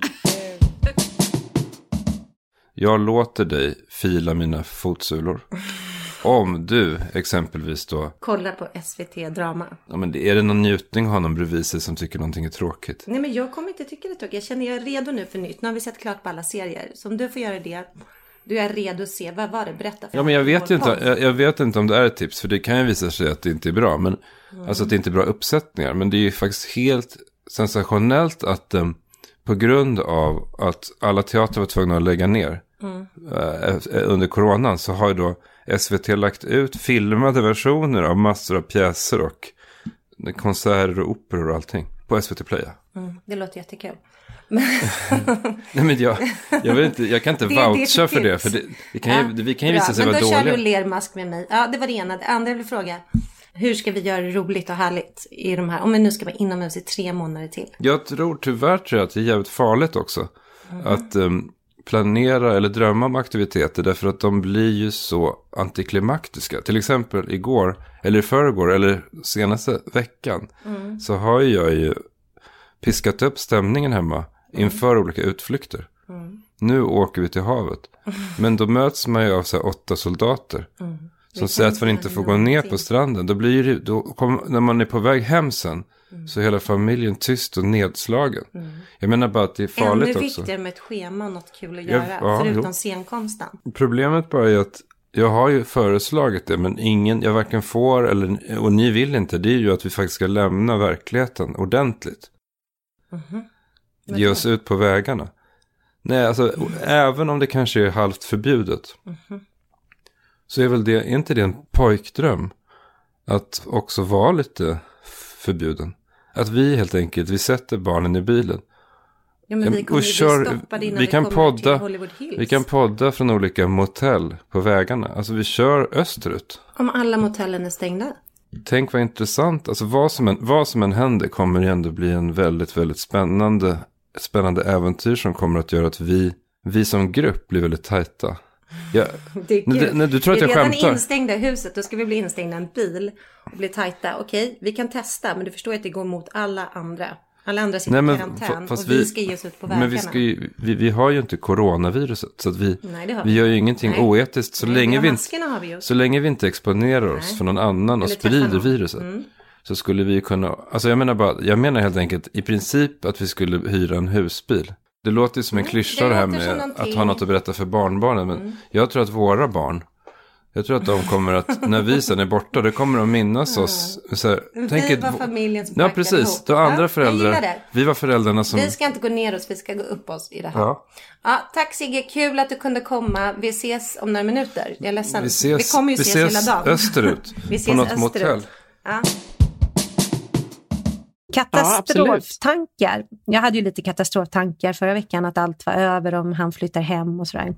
Jag låter dig fila mina fotsulor. Om du exempelvis då
kollar på SVT-drama.
Ja, men är det någon njutning att ha någon bredvid sig som tycker någonting är tråkigt?
Nej, men jag kommer inte tycka det är tråkigt. Jag känner jag är redo nu för nytt. Nu har vi sett klart på alla serier. Så om du får göra det, du är redo att se. Vad var det? Berätta för
men jag vet inte om det är ett tips. För det kan ju visa sig att det inte är bra. Men, alltså att det inte är bra uppsättningar. Men det är ju faktiskt helt sensationellt att på grund av att alla teatrar var tvungna att lägga ner under coronan så har ju då SVT lagt ut filmade versioner av massor av pjäser och konserter och operor och allting på SVT Play.
Det låter jättekul.
Nej, men jag kan inte voucha för det. För vi kan ju visa sig vara dåliga.
Men då kör du lermask med mig. Ja, det var det ena. Det andra jag vill fråga. Hur ska vi göra det roligt och härligt i de här, om vi nu ska vara inomhus i 3 månader till?
Jag tror tyvärr att det är jävligt farligt också. Att planera eller drömma om aktiviteter, därför att de blir ju så antiklimaktiska. Till exempel igår, eller i förrgår, eller senaste veckan, så har jag ju piskat upp stämningen hemma inför olika utflykter. Nu åker vi till havet. Men då möts man ju av så här 8 soldater som säger att man inte får gå ner på stranden. Då blir det, när man är på väg hem sen, så är hela familjen tyst och nedslagen. Jag menar bara att det är farligt också.
Ännu viktigare med ett schema och något kul att göra, förutom scenkonsten.
Problemet bara är att jag har ju föreslagit det, men jag varken får och ni vill inte. Det är ju att vi faktiskt ska lämna verkligheten ordentligt. Ge oss ut på vägarna. Nej, alltså även om det kanske är halvt förbjudet, så är väl det, inte det en pojkdröm att också vara lite förbjuden? Att vi helt enkelt, vi sätter barnen i bilen.
Ja, men vi kommer bli stoppade innan vi kommer till Hollywood Hills.
Vi kan podda från olika motell på vägarna. Alltså vi kör österut.
Om alla motellen är stängda.
Tänk vad intressant. Alltså vad som än händer kommer det ändå bli en väldigt, väldigt spännande äventyr som kommer att göra att vi som grupp blir väldigt tajta. Ja.
Det är kul.
Du tror att jag skämtar.
Vi är redan instängda i huset, då ska vi bli instängda i en bil och bli tajta. Okej, vi kan testa, men du förstår att det går mot alla andra. Alla andra sitter i karantän och vi ska ge oss ut på vägarna.
Men vi har ju inte coronaviruset, så att vi gör ju ingenting oetiskt så länge vi inte exponerar oss för någon annan och sprider viruset. Så skulle vi kunna, alltså jag menar helt enkelt i princip att vi skulle hyra en husbil. Det låter ju som en klyscha det här med att ha något att berätta för barnbarnen, men jag tror att våra barn, jag tror att de kommer att, när vi sen är borta, då kommer de minnas oss. Så här,
vi var familjen som
packade ihop. Då andra föräldrar, vi var föräldrarna som...
Vi ska inte gå ner oss, vi ska gå upp oss i det här. Ja, tack Sigge, kul att du kunde komma. Vi ses om några minuter. Jag är ledsen. Vi kommer ju ses hela dagen.
Österut, vi ses på något motell.
Ja. Katastroftankar. Jag hade ju lite katastroftankar förra veckan, att allt var över om han flyttar hem och sådär.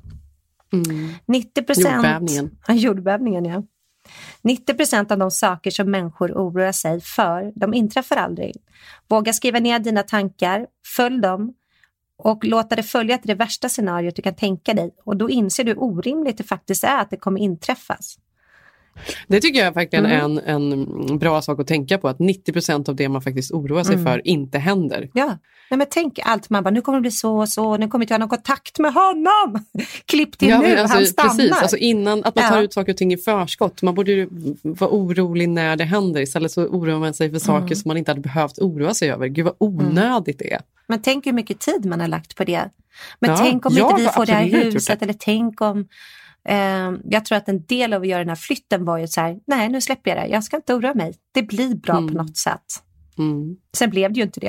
90%. Jordbävningen, ja. 90% av de saker som människor oroar sig för, de inträffar aldrig. Våga skriva ner dina tankar, följ dem och låta det följa till det värsta scenariot du kan tänka dig. Och då inser du hur orimligt det faktiskt är att det kommer inträffas.
Det tycker jag faktiskt är en bra sak att tänka på, att 90% av det man faktiskt oroar sig för inte händer.
Ja, men tänk allt, man bara, nu kommer det bli så, nu kommer inte jag ha någon kontakt med honom. Klipp till nu, alltså, han stannar.
Precis, alltså innan att man tar ut saker och ting i förskott. Man borde ju vara orolig när det händer, istället så oroar man sig för saker som man inte hade behövt oroa sig över. Gud vad onödigt det är.
Men tänk hur mycket tid man har lagt på det. Men tänk om inte vi får det här huset, eller tänk om... jag tror att en del av att göra den här flytten var ju så här, nej nu släpper jag det, jag ska inte oroa mig, det blir bra på något sätt. Sen blev det ju inte det.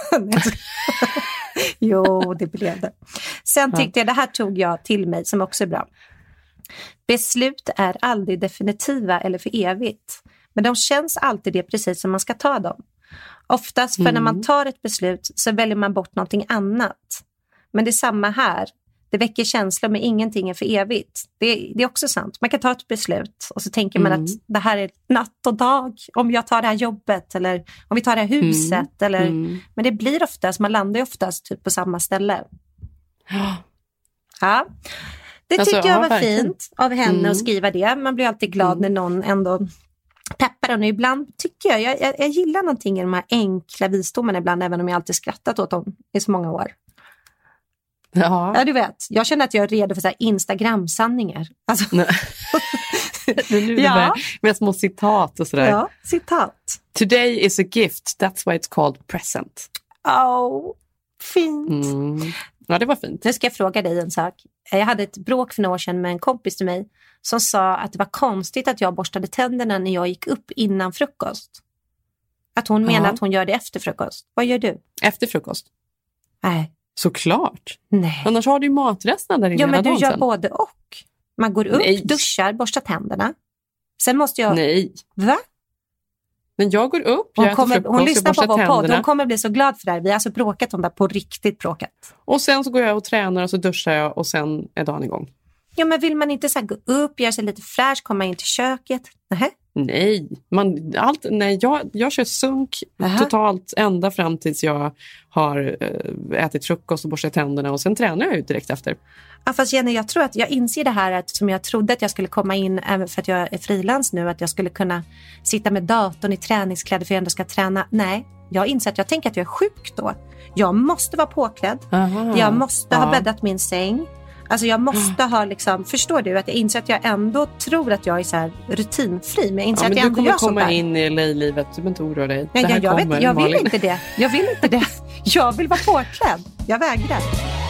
Jo, det blev det. Sen tyckte jag, det här tog jag till mig som också är bra. Beslut är aldrig definitiva eller för evigt, men de känns alltid det precis som man ska ta dem. Oftast för när man tar ett beslut så väljer man bort någonting annat. Men det är samma här. Det väcker känslor, men ingenting är för evigt. Det är också sant. Man kan ta ett beslut och så tänker man att det här är natt och dag. Om jag tar det här jobbet eller om vi tar det här huset. Eller, men det blir oftast, man landar ju oftast typ på samma ställe. Ja. Det tycker jag var fint av henne att skriva det. Man blir alltid glad när någon ändå peppar den. Och ibland tycker jag gillar någonting i de här enkla visdomarna ibland, även om jag alltid skrattat åt dem i så många år. Ja, du vet. Jag känner att jag är redo för så här Instagram-sanningar. Alltså.
Med små citat och sådär.
Ja, citat.
Today is a gift, that's why it's called present.
Oh, fint.
Ja, det var fint.
Nu ska jag fråga dig en sak. Jag hade ett bråk för några år sedan med en kompis till mig som sa att det var konstigt att jag borstade tänderna när jag gick upp innan frukost. Att hon menar att hon gör det efter frukost. Vad gör du?
Efter frukost?
Nej.
Såklart.
Nej.
Annars har du ju matresterna där inne.
Ja, men du gör både och. Man går upp, duschar, borstar tänderna. Sen måste jag...
Nej.
Va?
Men jag går upp,
hon lyssnar på vår podd. Hon kommer bli så glad för det här. Vi har alltså bråkat om det på riktigt bråkat.
Och sen så går jag och tränar och så duschar jag och sen är dagen igång.
Ja, men vill man inte så här gå upp, göra sig lite fräsch, komma in till köket?
Nej, jag kör sunk totalt ända fram tills jag har ätit frukost och borstat tänderna och sen tränar jag ut direkt efter.
Ja, fast Jenny, jag tror att jag inser det här att som jag trodde att jag skulle komma in, även för att jag är frilans nu, att jag skulle kunna sitta med datorn i träningskläder för jag ändå ska träna. Nej, jag inser att jag tänker att jag är sjuk då. Jag måste vara påklädd. Jag måste ha bäddat min säng. Alltså jag måste ha liksom, förstår du att jag inser att jag ändå tror att jag är så här rutinfri, men jag inser att jag ändå gör sånt där.
Du kommer komma in i livet, du behöver inte oroa dig.
Nej, jag vill inte det. Jag vill vara påklädd. Jag vägrar.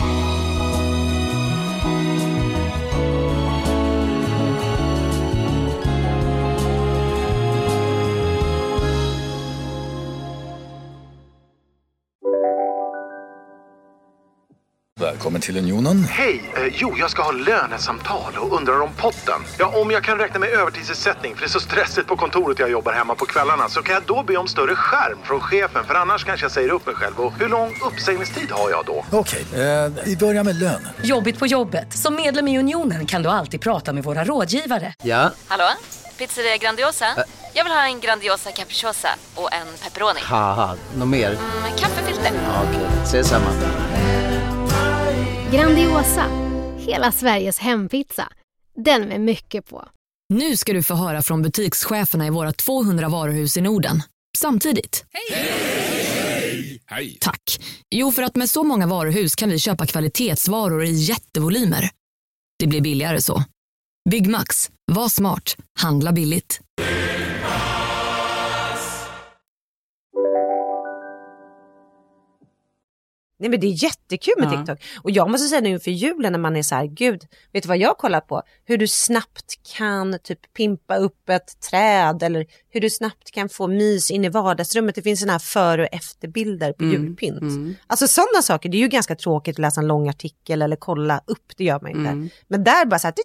Välkommen till Unionen.
Hej, jag ska ha lönesamtal och undrar om potten. Ja, om jag kan räkna med övertidsersättning för det är så stressigt på kontoret jag jobbar hemma på kvällarna, så kan jag då be om större skärm från chefen, för annars kanske jag säger upp mig själv. Och hur lång uppsägningstid har jag då?
Okej, vi börjar med lön.
Jobbigt på jobbet. Som medlem i Unionen kan du alltid prata med våra rådgivare.
Ja.
Hallå? Pizzeria Grandiosa? Jag vill ha en Grandiosa capriciosa och en pepperoni.
Haha, något mer?
Kaffefilter.
Ja, okej, ses samma.
Grandiosa, hela Sveriges hempizza. Den med mycket på.
Nu ska du få höra från butikscheferna i våra 200 varuhus i Norden. Samtidigt.
Hej! Hej!
Tack. Jo, för att med så många varuhus kan vi köpa kvalitetsvaror i jättevolymer. Det blir billigare så. Byggmax. Var smart. Handla billigt.
Nej, men det är jättekul med TikTok. Och jag måste säga nu för julen när man är så här, gud, vet du vad jag kollar på? Hur du snabbt kan typ pimpa upp ett träd, eller hur du snabbt kan få mys in i vardagsrummet. Det finns såna här för- och efterbilder på julpynt. Alltså sådana saker, det är ju ganska tråkigt att läsa en lång artikel eller kolla upp, det gör man inte. Men där bara så här,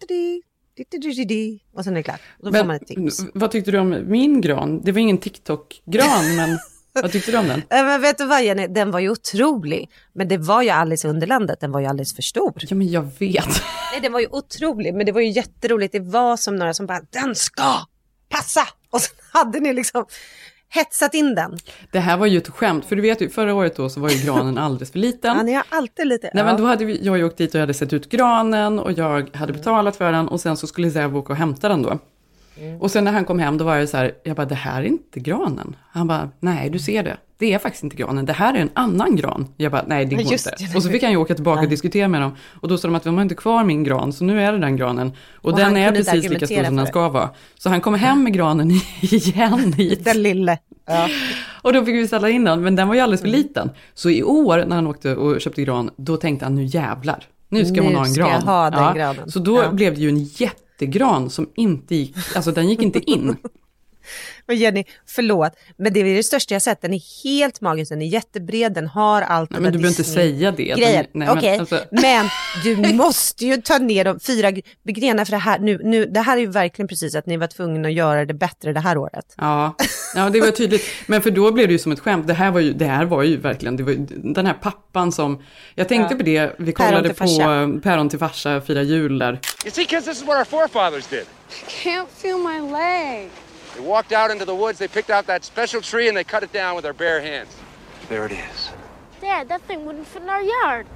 och sen är det klart. Och då får man ett tips.
Vad tyckte du om min gran? Det var ingen TikTok-gran, men... Vad tyckte du om den?
Men vet du vad, Jenny? Den var ju otrolig. Men det var ju Alice i Underlandet. Den var ju alldeles för stor.
Ja, men jag vet.
Nej, den var ju otrolig. Men det var ju jätteroligt. Det var som några som bara, den ska passa. Och så hade ni liksom hetsat in den.
Det här var ju ett skämt. För du vet ju, förra året då så var ju granen alldeles för liten.
Ja, ni har alltid lite.
Nej, men då hade jag ju åkt dit och jag hade sett ut granen. Och jag hade betalat för den. Och sen så skulle jag åka och hämta den då. Och sen när han kom hem, då var det så här, jag bara, det här är inte granen. Han bara, nej, du ser det. Det är faktiskt inte granen. Det här är en annan gran. Jag bara, nej, det går inte. Och så fick han ju åka tillbaka och diskutera med dem. Och då sa de att de har inte kvar min gran, så nu är det den granen. Och den är precis lika stor som den ska vara. Så han kom hem med granen igen hit.
Den lille. Ja.
Och då fick vi ställa in den, men den var ju alldeles för liten. Så i år när han åkte och köpte gran, då tänkte han, nu jävlar. Nu ska hon ha en gran.
Nu ska jag ha den granen.
Så då blev det ju en jättegran som inte gick, alltså den gick inte in.
Men Jenny, förlåt, men det är det största jag sett. Den är helt magisk, den är jättebred, den har allt.
Nej, men du behöver inte säga det.
Okej, alltså. Men du måste ju ta ner de 4 grenar för det här. Nu, det här är ju verkligen precis att ni var tvungna att göra det bättre det här året.
Ja, det var tydligt. Men för då blev det ju som ett skämt. Det här var ju verkligen, det var ju den här pappan som, jag tänkte på det, vi kollade på Päron till farsa, fira jul där.
You see, kids, this is what our forefathers did.
I can't feel my leg.
They walked out into the woods, they picked out that special tree and they cut it down with their bare hands. There it is.
Dad, that thing wouldn't fit in our yard.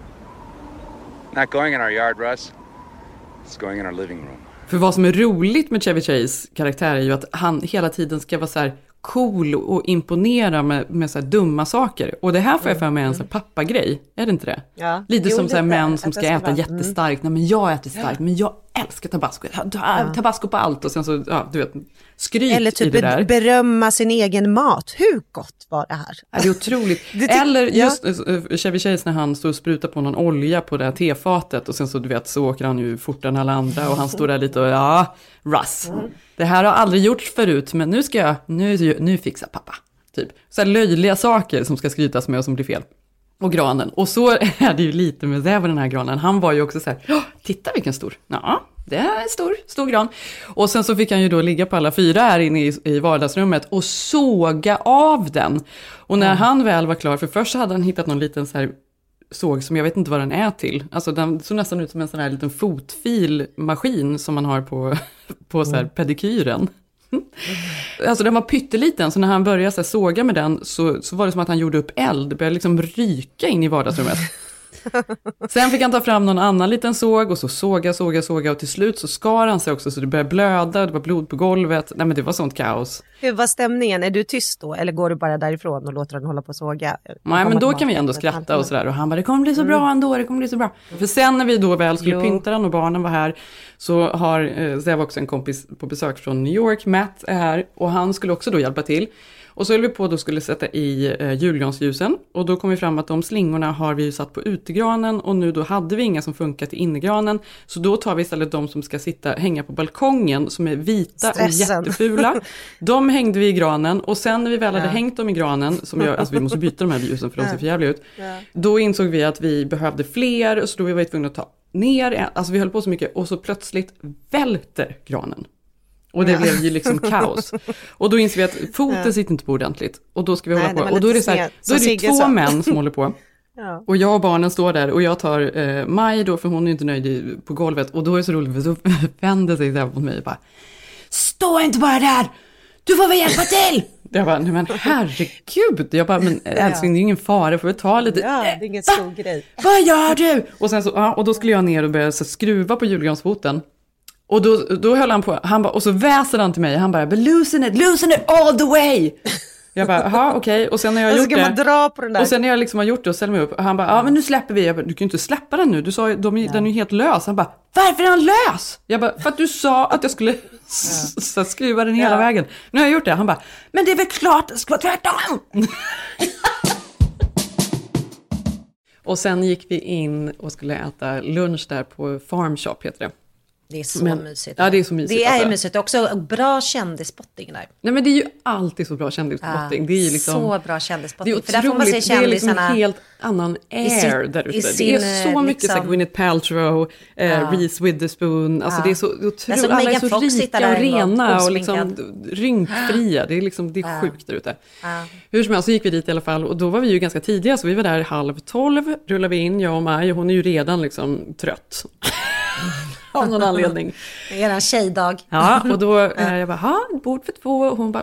Not going in our yard, Russ. It's going in our living room.
För vad som är roligt med Chevy Chase karaktär är ju att han hela tiden ska vara så här cool och imponera med så här dumma saker. Och det här får jag för mig en så här pappagrej. Är det inte det?
Ja.
Lite som så här män som ska äta jättestarkt. Nej, men jag äter starkt, men jag älskar tabasco. Tabasco på allt och sen så, ja, du vet, skryt
eller typ
i det där.
Berömma sin egen mat. Hur gott var det här?
Ja, det är otroligt. Eller just Chevy Chase när han står och sprutar på någon olja på det här tefatet och sen så, du vet, så åker han ju fortare än alla andra och han står där lite och Russ. Det här har aldrig gjorts förut, men nu ska jag, nu fixar pappa. Typ. Så här löjliga saker som ska skrytas med och som blir fel. Och granen. Och så är det ju lite med det med den här granen. Han var ju också så här, titta vilken stor. Ja, det är en stor gran. Och sen så fick han ju då ligga på alla 4 här inne i vardagsrummet och såga av den. Och när han väl var klar, för först hade han hittat någon liten så här såg som jag vet inte vad den är till. Alltså den såg nästan ut som en sån här liten fotfilmaskin som man har på så här pedikyren. Alltså den var pytteliten, så när han började så här såga med den så var det som att han gjorde upp eld. Det började liksom ryka in i vardagsrummet. Sen fick han ta fram någon annan liten såg och så såga och till slut så skar han sig också så det började blöda, det var blod på golvet. Nej men det var sånt kaos.
Hur var stämningen? Är du tyst då eller går du bara därifrån och låter den hålla på att såga?
Nej men då kan vi ändå skratta och sådär och han bara det kommer bli så bra ändå, det kommer bli så bra. För sen när vi då väl skulle pynta den och barnen var här så det var också en kompis på besök från New York, Matt är här och han skulle också då hjälpa till. Och så höll vi på att då skulle sätta i julgransljusen. Och då kom vi fram att de slingorna har vi ju satt på utegranen. Och nu då hade vi inga som funkar till innegranen. Så då tar vi istället de som ska hänga på balkongen. Som är vita och jättefula. De hängde vi i granen. Och sen när vi väl hade hängt dem i granen. Alltså vi måste byta de här ljusen för de ser för jävligt ut. Då insåg vi att vi behövde fler. Så då var vi tvungna att ta ner. Alltså vi höll på så mycket. Och så plötsligt välter granen. Och det blev ju liksom kaos. Och då inser vi att foten sitter inte på ordentligt. Och då ska vi hålla på. Och då är det så här, då är det två män som håller på. Ja. Och jag och barnen står där. Och jag tar Maj då, för hon är inte nöjd på golvet. Och då är det så roligt, för så vänder sig så här mot mig och bara stå inte bara där! Du får väl hjälpa till! Jag bara, nej men herregud. Jag bara, men älskling, det är ingen fara, får vi ta lite.
Ja, det är ingen stor grej.
Vad gör du? Och sen så, och då skulle jag ner och börja så skruva på julgransfoten. Och då höll han på, och så väser han till mig, han bara, loosen it all the way! Jag bara, jaha, okej. Och sen när jag har gjort det,
dra på den där.
Och sen när jag liksom har gjort det och ställer mig upp, och han bara, ja men nu släpper vi. Jag bara, du kan ju inte släppa den nu, du sa den är ju helt lös. Han bara, varför är den lös? Jag bara, för att du sa att jag skulle skruva den hela vägen. Nu har jag gjort det, han bara, men det är väl klart det ska vara tvärtom! Och sen gick vi in och skulle äta lunch där på Farm Shop, heter det.
Det är så mysigt.
Ja, det är så mysigt.
Det är mysigt. Också bra kändisspotting där.
Nej, men det är ju alltid så bra kändisspotting. Det är ju liksom,
så bra kändisspotting.
Det är otroligt, det är liksom en helt annan air där ute. Det är så mycket liksom, Gwyneth Paltrow, Reese Witherspoon. Alltså det är så otroligt. Alltså, alla är så rika och rena och liksom rynkfria. Det är liksom, det är sjukt där ute. Hur som helst så gick vi dit i alla fall. Och då var vi ju ganska tidiga, så vi var där 11:30. Rullade vi in, jag och Maj. Hon är ju redan liksom trött. Av någon anledning.
Det är en tjejdag.
Ja, och då jag bara, bord för 2. Och hon bara,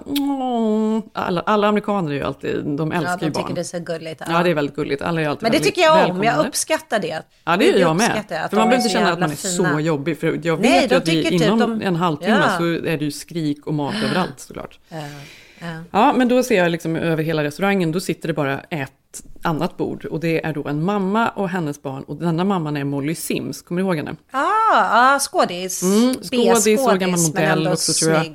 alla amerikaner är ju alltid, de älskar ju barn.
De tycker det är så gulligt.
Ja, det är väldigt gulligt. Alla är alltid
men det tycker jag om, jag uppskattar det.
Ja, det gör jag med. För man behöver inte känna att man är så jobbig. För jag vet ju att inom en halvtimme så är det ju skrik och mat överallt såklart. Ja, men då ser jag liksom över hela restaurangen, då sitter det bara ett annat bord. Och det är då en mamma och hennes barn. Och denna mamman är Molly Sims, kommer du ihåg henne?
Skådis.
Skådis och gammal modell också, tror jag.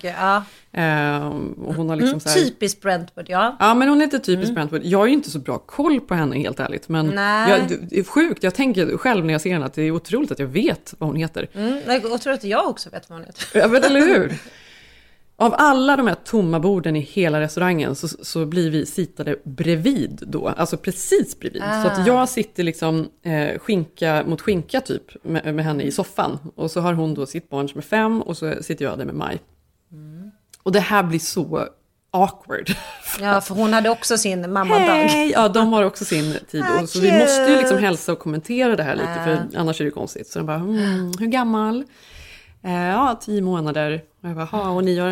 Och hon har liksom så här,
typiskt Brentwood, ja.
Ja, men hon är inte typiskt Brentwood. Jag har ju inte så bra koll på henne, helt ärligt. Men det är sjukt, jag tänker själv när jag ser henne att det är otroligt att jag vet vad hon heter.
Jag tror att jag också vet vad hon heter.
Ja, men eller hur? Av alla de här tomma borden i hela restaurangen så blir vi sittade bredvid då. Alltså precis bredvid. Så att jag sitter liksom skinka mot skinka typ med henne i soffan. Och så har hon då sitt barn som är 5 och så sitter jag där med Maj. Och det här blir så awkward.
Ja, för hon hade också sin mammadag.
Ja, de har också sin tid. Och så vi måste ju liksom hälsa och kommentera det här lite, för annars är det konstigt. Så de bara, hur gammal? 10 månader. Och jag bara, och ni har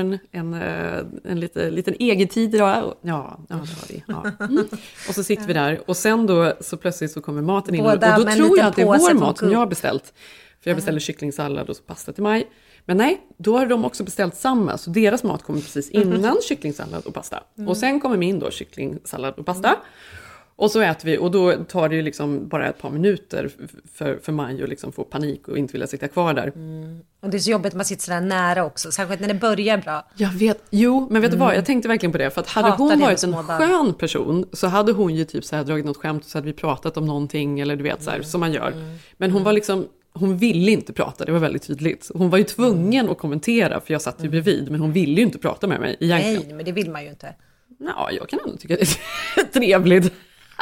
en liten egen tid idag. Ja, det har vi. Ja. Och så sitter vi där. Och sen då så plötsligt så kommer maten in. Och då tror jag att det är vår mat som jag har beställt. För jag beställde kycklingsallad och så pasta till mig. Men nej, då har de också beställt samma. Så deras mat kommer precis innan kycklingsallad och pasta. Och sen kommer min då kycklingsallad och pasta. Och så äter vi, och då tar det ju liksom bara ett par minuter för Maj att liksom få panik och inte vilja sitta kvar där.
Och det är så jobbigt att man sitter sådär nära också, särskilt när det börjar bra.
Jag vet, men vet du vad, jag tänkte verkligen på det. För att hade hon varit en skön person så hade hon ju typ så här dragit något skämt och så hade vi pratat om någonting, eller du vet så här, som man gör. Men hon var liksom, hon ville inte prata, det var väldigt tydligt. Hon var ju tvungen att kommentera, för jag satt ju bredvid, men hon ville ju inte prata med mig egentligen.
Nej, men det vill man ju inte.
Ja, jag kan ändå tycka det är trevligt.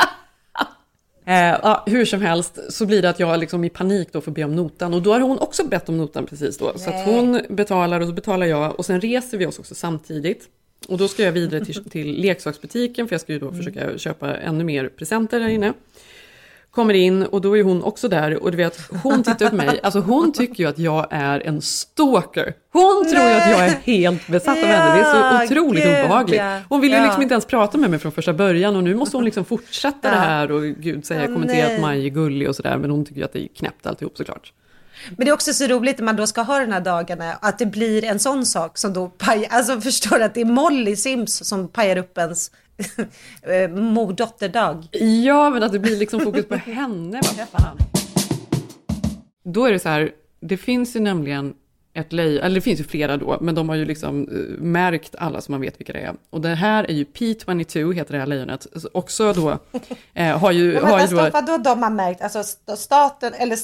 Hur som helst så blir det att jag liksom i panik då får be om notan. Och då har hon också bett om notan precis då. Så att hon betalar och så betalar jag. Och sen reser vi oss också samtidigt. Och då ska jag vidare till leksaksbutiken. För jag ska ju då försöka köpa ännu mer presenter där inne. kommer in och då är hon också där och du vet, hon tittar på mig, alltså hon tycker ju att jag är en stalker. Hon tror ju att jag är helt besatt av henne, det är så otroligt obehagligt. Hon vill ju liksom inte ens prata med mig från första början och nu måste hon liksom fortsätta det här och gud säga, kommentera att Maj är gullig och sådär, men hon tycker ju att det är knäppt alltihop såklart.
Men det är också så roligt när man då ska ha den här dagarna att det blir en sån sak som då alltså förstår att det är Molly Sims som pajar upp ens mor-dotterdag.
Ja, men att det blir liksom fokus på henne. Vad fan. Då är det så här, det finns ju nämligen ett lejon, eller det finns ju flera då, men de har ju liksom märkt alla som man vet vilka det är. Och det här är ju P22 heter det här lejonet. Också då har ju...
Men vad de har märkt? Alltså staten eller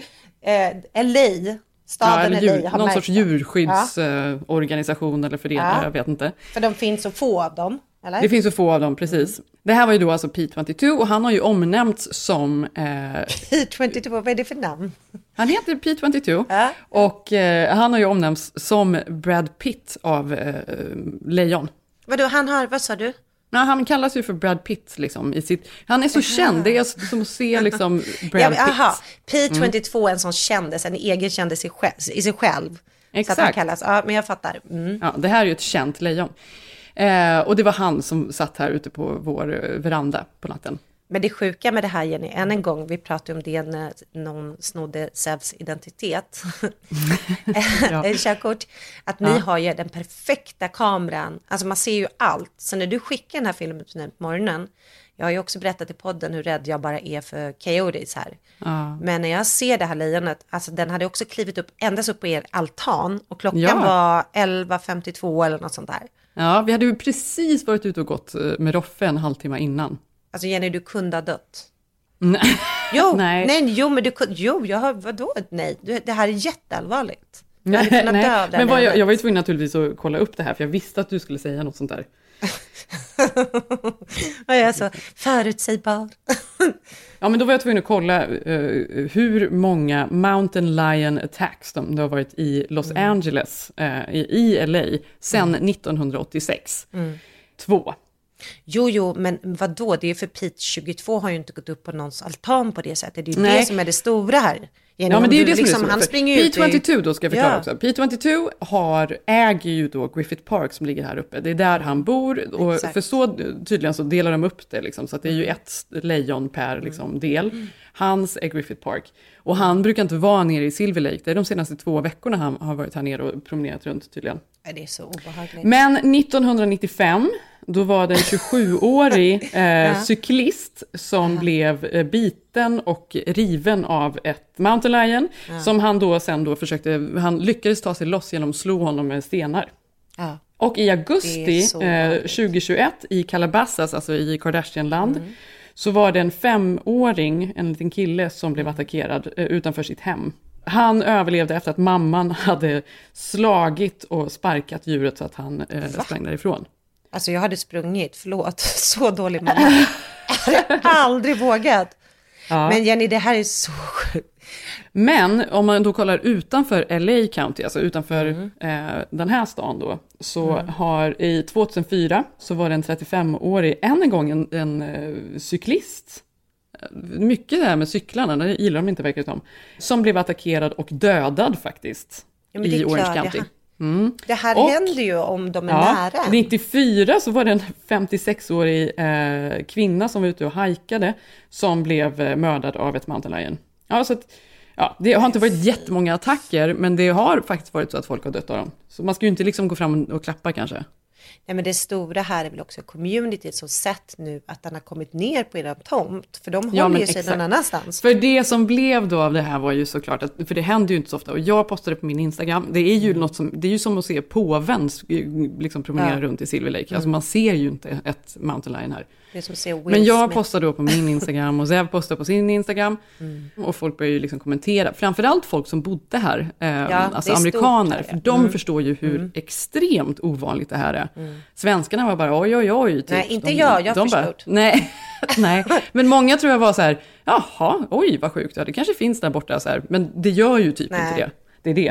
LA... Staden
ja,
LA har
någon
märkt
sorts djurskyddsorganisation eller förening, jag vet inte.
För de finns så få av dem, eller?
Det finns så få av dem, precis. Det här var ju då alltså P22 och han har ju omnämnts som...
P22, vad är det för namn?
Han heter P22 och han har ju omnämnts som Brad Pitt av lejon.
Vad sa du?
Ja, han kallas ju för Brad Pitt liksom i sitt... Han är så känd, det är som att se liksom Brad Pitt.
P22 är en sån kändis, en egen kändis i sig själv.
Exakt.
Så att han kallas, men jag fattar.
Ja, det här är ju ett känt lejon. Och det var han som satt här ute på vår veranda på natten.
Men det sjuka med det här, Jenny, än en gång, vi pratade om det när någon snodde Zevs identitet. Körkort. Att ni har ju den perfekta kameran. Alltså man ser ju allt. Så när du skickar den här filmen på morgonen, jag har ju också berättat i podden hur rädd jag bara är för coyotes här. Men när jag ser det här lejonet, alltså den hade också klivit upp ända upp på er altan och klockan var 11:52 eller något sånt där.
Ja, vi hade ju precis varit ute och gått med Roffe en halvtimme innan.
Alltså Jenny, du kunde ha dött.
Nej.
Men du kunde... vadå? Nej, det här är jätteallvarligt.
Nej. Men jag var ju tvungen naturligtvis att kolla upp det här, för jag visste att du skulle säga något sånt där.
Jag är så förutsägbar.
Ja, men då var jag tvungen att kolla hur många Mountain Lion Attacks det har varit i Los Angeles, i LA, sedan 1986. 2.
Jo, men vadå? Det är för P22 har ju inte gått upp på någons altan på det sättet. Det är ju det som är det stora här.
Ja, men det är ju det som är
han springer ut
P22 då ska jag förklara också. P22 äger ju då Griffith Park som ligger här uppe. Det är där han bor och för så tydligen så delar de upp det liksom, så att det är ju ett lejon per liksom, del. Hans är Griffith Park och han brukar inte vara nere i Silver Lake. Det är de senaste 2 veckorna han har varit här nere och promenerat runt tydligen.
Det är så obehagligt.
Men 1995 då var det en 27-årig cyklist som blev biten och riven av ett mountain lion som han sen han lyckades ta sig loss genom att slå honom med stenar. Och i augusti 2021 i Calabasas, alltså i Kardashianland, så var det en 5-åring, en liten kille som blev attackerad utanför sitt hem. Han överlevde efter att mamman hade slagit och sparkat djuret så att han sprang därifrån.
Alltså jag hade sprungit, förlåt, så dålig mamma. Jag hade aldrig vågat. Ja. Men Jenny, det här är så sjukt.
Men om man då kollar utanför LA County, alltså utanför den här stan då, så har i 2004 så var det en 35-årig, än en gång en cyklist. Mycket det här med cyklarna, det gillar de inte verkar som. Som blev attackerad och dödad faktiskt i Orange County.
Det här händer ju om de är nära.
94 så var det en 56-årig kvinna som var ute och hajkade som blev mördad av ett mountain lion. Ja, så att, det har inte varit jättemånga attacker, men det har faktiskt varit så att folk har dött av dem. Så man ska ju inte liksom gå fram och klappa kanske.
Nej, men det stora här är väl också community som sett nu att den har kommit ner på er tomt. För de håller ju sig någon annanstans.
För det som blev då av det här var ju såklart att, för det händer ju inte så ofta. Och jag postade på min Instagram. Det är ju något som, det är ju som att se påven liksom promenera runt i Silver Lake. Alltså man ser ju inte ett mountain lion här.
Det är som att se Will
Men jag
Smith.
postade då på min Instagram och Zev postade på sin Instagram. Och folk började ju liksom kommentera. Framförallt folk som bodde här. Alltså amerikaner. Här, för de förstår ju hur extremt ovanligt det här är. Svenskarna var bara oj. Typ.
Nej, inte jag förstod.
Nej, men många tror jag var så här, jaha, oj vad sjukt. Ja, det kanske finns där borta så här. Men det gör ju typ inte det. Det är det.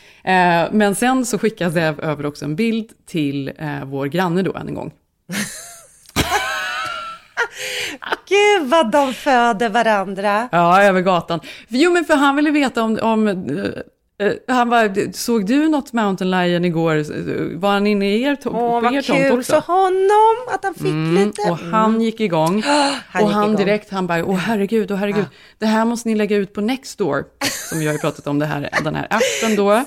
Men sen så skickade Zev över också en bild till vår granne då en gång.
Gud vad de föder varandra.
Ja, över gatan. Jo, men för han ville veta om han bara, såg du något Mountain Lion igår? Var han inne i er tomt också?
Vad kul för honom att han fick lite.
Och han gick igång. Han direkt, han bara, herregud. Det här måste ni lägga ut på Nextdoor. Som vi har ju pratat om, den här appen då.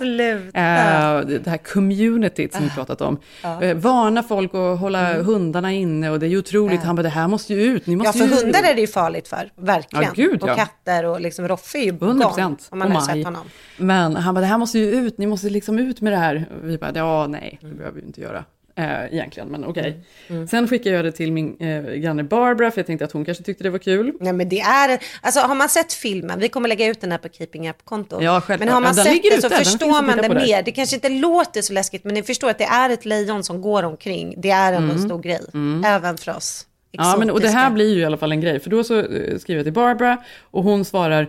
Det här communityt som vi pratat om. Varna folk att hålla hundarna inne och det är ju otroligt. Han bara, det här måste ju ut. Ni måste
för hundar är det ju farligt för, verkligen.
Gud,
och katter och liksom Roffe är ju
100%.
om man har sett honom.
Men han bara, det här måste ju ut. Ni måste liksom ut med det här. Och vi bara, nej, det behöver vi inte göra. Egentligen, men okej. Sen skickade jag det till min granne Barbara för jag tänkte att hon kanske tyckte det var kul.
Nej, men det är, alltså har man sett filmen, vi kommer lägga ut den här på Keeping Up-konto.
Ja, självklart.
Men har man sett det så förstår man det
mer.
Det kanske inte låter så läskigt, men ni förstår att det är ett lejon som går omkring. Det är en stor grej, även för oss.
Ja, men och det här blir ju i alla fall en grej. För då så skriver jag till Barbara och hon svarar,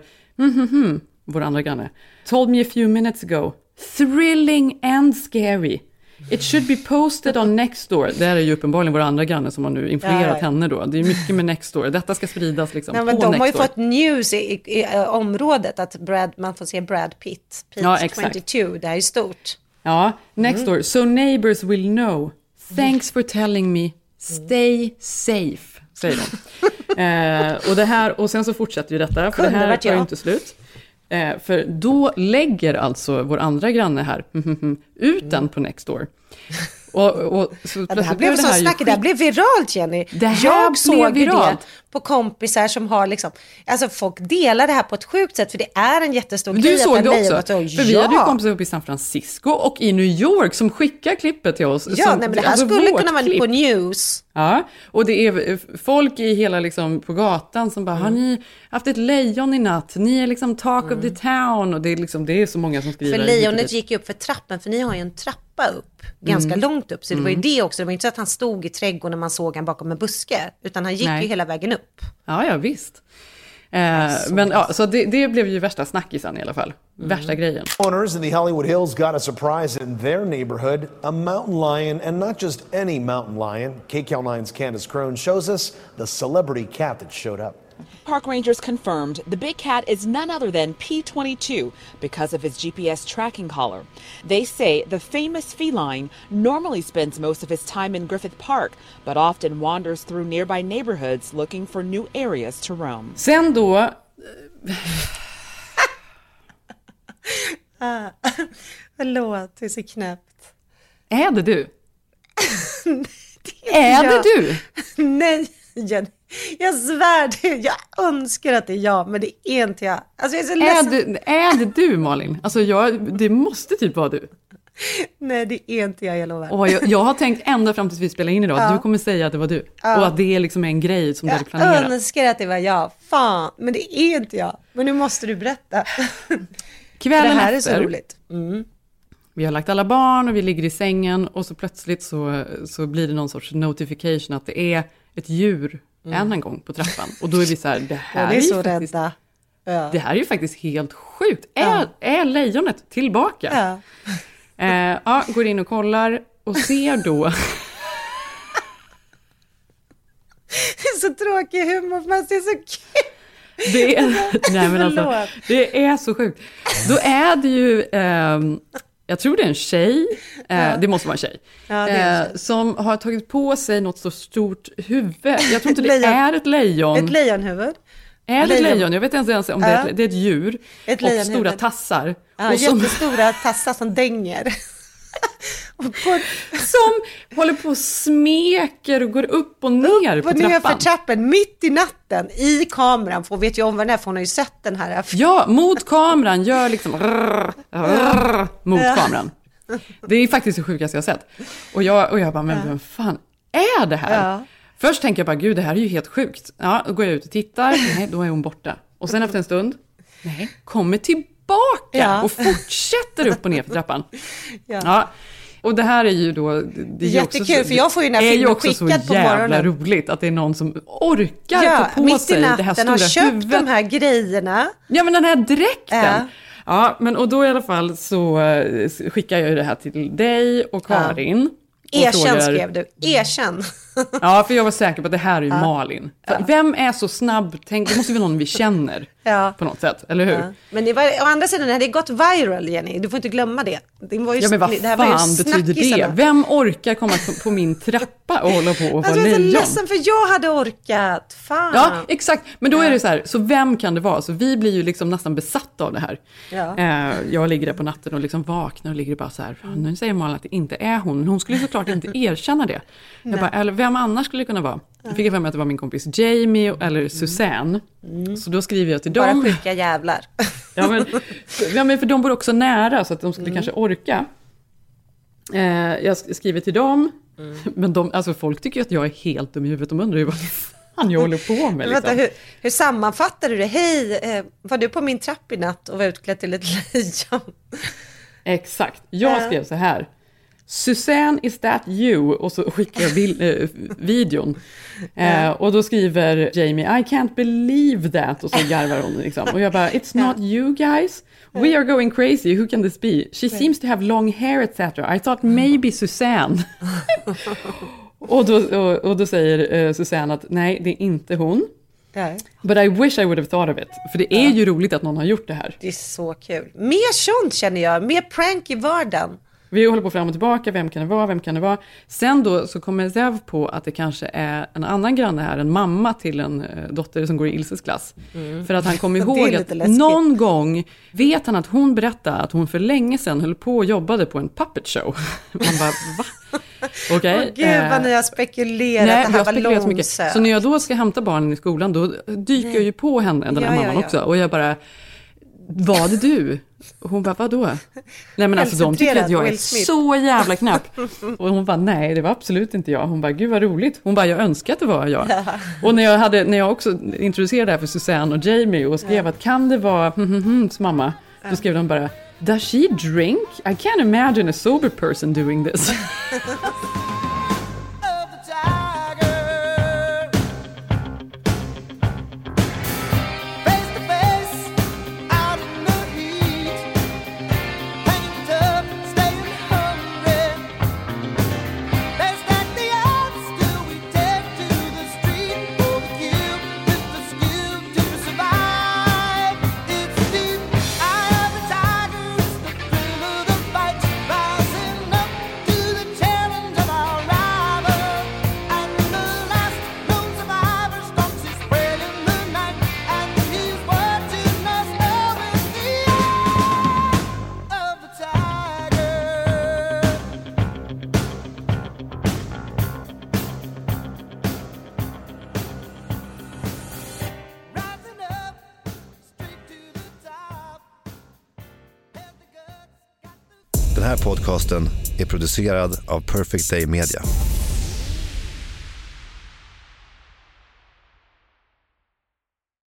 vår andra granne. Told me a few minutes ago. Thrilling and scary. It should be posted on Nextdoor. Det här är ju uppenbarligen våra andra granne som har nu influerat henne då. Det är mycket med Nextdoor. Detta ska spridas liksom på Nextdoor.
De har ju fått news i området att man får se Brad Pitt.
Ja, exakt.
22, det här är stort.
Ja, Nextdoor. So neighbors will know. Thanks for telling me. Stay safe, säger de. Och det här, och sen så fortsätter ju detta. För det här tar ju inte slut. För då lägger alltså vår andra granne här ut den på Nextdoor. Och så
det här blev så snackigt, det här blev viralt, Jenny. Jag såg det på kompisar som har liksom, alltså folk delar det här på ett sjukt sätt för det är en jättestor grej.
Du såg det också, för vi hade ju kompisar uppe i San Francisco och i New York som skickar klippet till oss.
Ja, nej, men det här alltså skulle kunna vara på news.
Ja, och det är folk i hela liksom på gatan som bara, har ni haft ett lejon i natt? Ni är liksom talk of the town och det är liksom, det är så många som skriver.
För lejonet gick ju upp för trappen, för ni har ju en trappa upp, ganska långt upp, så det var ju det också. Det var inte så att han stod i trädgården när man såg han bakom en buske, utan han gick ju hela vägen upp.
Ja, visst. Men ja, så det blev ju värsta snackisen i alla fall. Värsta grejen.
Owners in the Hollywood Hills got a surprise in their neighborhood. A mountain lion, and not just any mountain lion. KCAL9's Candace Crone shows us the celebrity cat that showed up.
Park rangers confirmed the big cat is none other than P22 because of his GPS tracking collar. They say the famous feline normally spends most of his time in Griffith Park, but often wanders through nearby neighborhoods looking for new areas to roam.
Sen då...
Förlåt, det är så knäppt.
Är det du? Är det du?
Nej, jag svär det. Jag önskar att det är jag, men det är inte jag. Alltså jag är så ledsen.
Är det du, Malin? Alltså det måste typ vara du.
Nej, det är inte jag lovar.
Jag har tänkt ända fram tills vi spelar in idag att du kommer säga att det var du. Och att det är liksom en grej som du hade planerat.
Jag önskar att det var jag. Fan, men det är inte jag. Men nu måste du berätta.
Kvällen
det här
efter,
är så roligt.
Vi har lagt alla barn och vi ligger i sängen och så plötsligt så blir det någon sorts notification att det är ett djur en gång på trappan. Och då är vi så här, det här är så faktiskt, rädda. Ja. Det här är ju faktiskt helt sjukt. Är lejonet tillbaka? Ja. Går in och kollar och ser då...
Det är så tråkig humor, men det är så kul.
Det är så sjukt. Då är det ju... jag tror det är en tjej, det måste vara en tjej, som har tagit på sig något så stort huvud. Jag tror inte det är ett lejon.
Ett lejonhuvud.
Är det ett lejon? Jag vet inte ens om det är ett djur.
Ett
och stora tassar.
Ja,
och
jättestora tassar som dänger.
Som håller på och smeker och går upp och ner på trappan.
För trappen, mitt i natten, i kameran. För vet ju om vad den är, för hon har ju sett den här.
Ja, mot kameran, gör liksom mot kameran. Det är faktiskt det sjukaste jag har sett. Och jag bara, men vem fan är det här? Ja. Först tänker jag bara, gud, det här är ju helt sjukt. Ja, då går jag ut och tittar. Nej, då är hon borta. Och sen efter en stund, kommer tillbaka och fortsätter upp och ner för trappan. Ja. Och det här är ju då... Det är jättekul, också, för
jag får ju den här filmen skickad på morgonen. Det är ju också så jävla
roligt att det är någon som orkar ta på sig det här stora
har köpt de här grejerna.
Ja, men den här dräkten. Ja, men och då i alla fall så skickar jag ju det här till dig och Karin.
Erkänn skrev du. Erkänn.
Ja, för jag var säker på att det här är ju Malin. Vem är så snabb? Tänk, det måste vara någon vi känner på något sätt, eller hur?
Ja. Men det var, å andra sidan, det hade gått viral, Jenny. Du får inte glömma det. Det var ju,
ja, men vad
det här
fan
var ju
betyder det? Vem orkar komma på min trappa och hålla på och vara lejon?
Jag är så ledsen, för jag hade orkat. Fan.
Ja, exakt. Men då är det så här, så vem kan det vara? Så vi blir ju liksom nästan besatta av det här.
Ja.
Jag ligger där på natten och liksom vaknar och ligger bara så här, nu säger Malin att det inte är hon. Men hon skulle såklart inte erkänna det. Jag bara, eller vem annars skulle det kunna vara? Jag fick för mig att det var min kompis Jamie eller Susanne. Så då skriver jag till dem.
Bara sjuka jävlar.
Ja, men för de bor också nära så att de skulle kanske orka. Jag skriver till dem. Men alltså, folk tycker att jag är helt dum i huvudet. De undrar ju vad fan jag håller på med. Liksom.
Vänta, hur sammanfattar du det? Hej, var du på min trapp i natt och var utklädd till ett lejon?
Exakt. Jag skrev så här. Susanne, is that you? Och så skickar jag videon. Och då skriver Jamie, I can't believe that. Och så garvar hon liksom. Och jag bara, it's not you guys. We are going crazy. Who can this be? She seems to have long hair, etc. I thought maybe Susanne. och då säger Susanne att nej, det är inte hon. But I wish I would have thought of it. För det är ju roligt att någon har gjort det här.
Det är så kul. Mer sånt känner jag. Mer prank i vardagen.
Vi håller på fram och tillbaka, vem kan det vara? Sen då så kommer Zev på att det kanske är en annan granne här, en mamma till en dotter som går i Ilses klass. För att han kommer ihåg att någon gång vet han att hon berättade att hon för länge sedan höll på och jobbade på en puppet show. Man bara, va? Okay.
Gud vad ni har spekulerat,
nej,
det här var långsökt.
Så när jag då ska hämta barnen i skolan, då dyker jag ju på henne, den här mamman också. Och jag bara, var det du? Och hon bara, vadå? Nej men alltså de tycker att jag är så jävla knapp. Och hon bara, nej det var absolut inte jag. Hon bara, gud vad roligt. Hon bara, jag önskar att det var jag. Och när jag också introducerade det här för Susanne och Jamie och skrev att kan det vara mamma? Då skrev de bara, does she drink? I can't imagine a sober person doing this.
Den här podcasten är producerad av Perfect Day Media.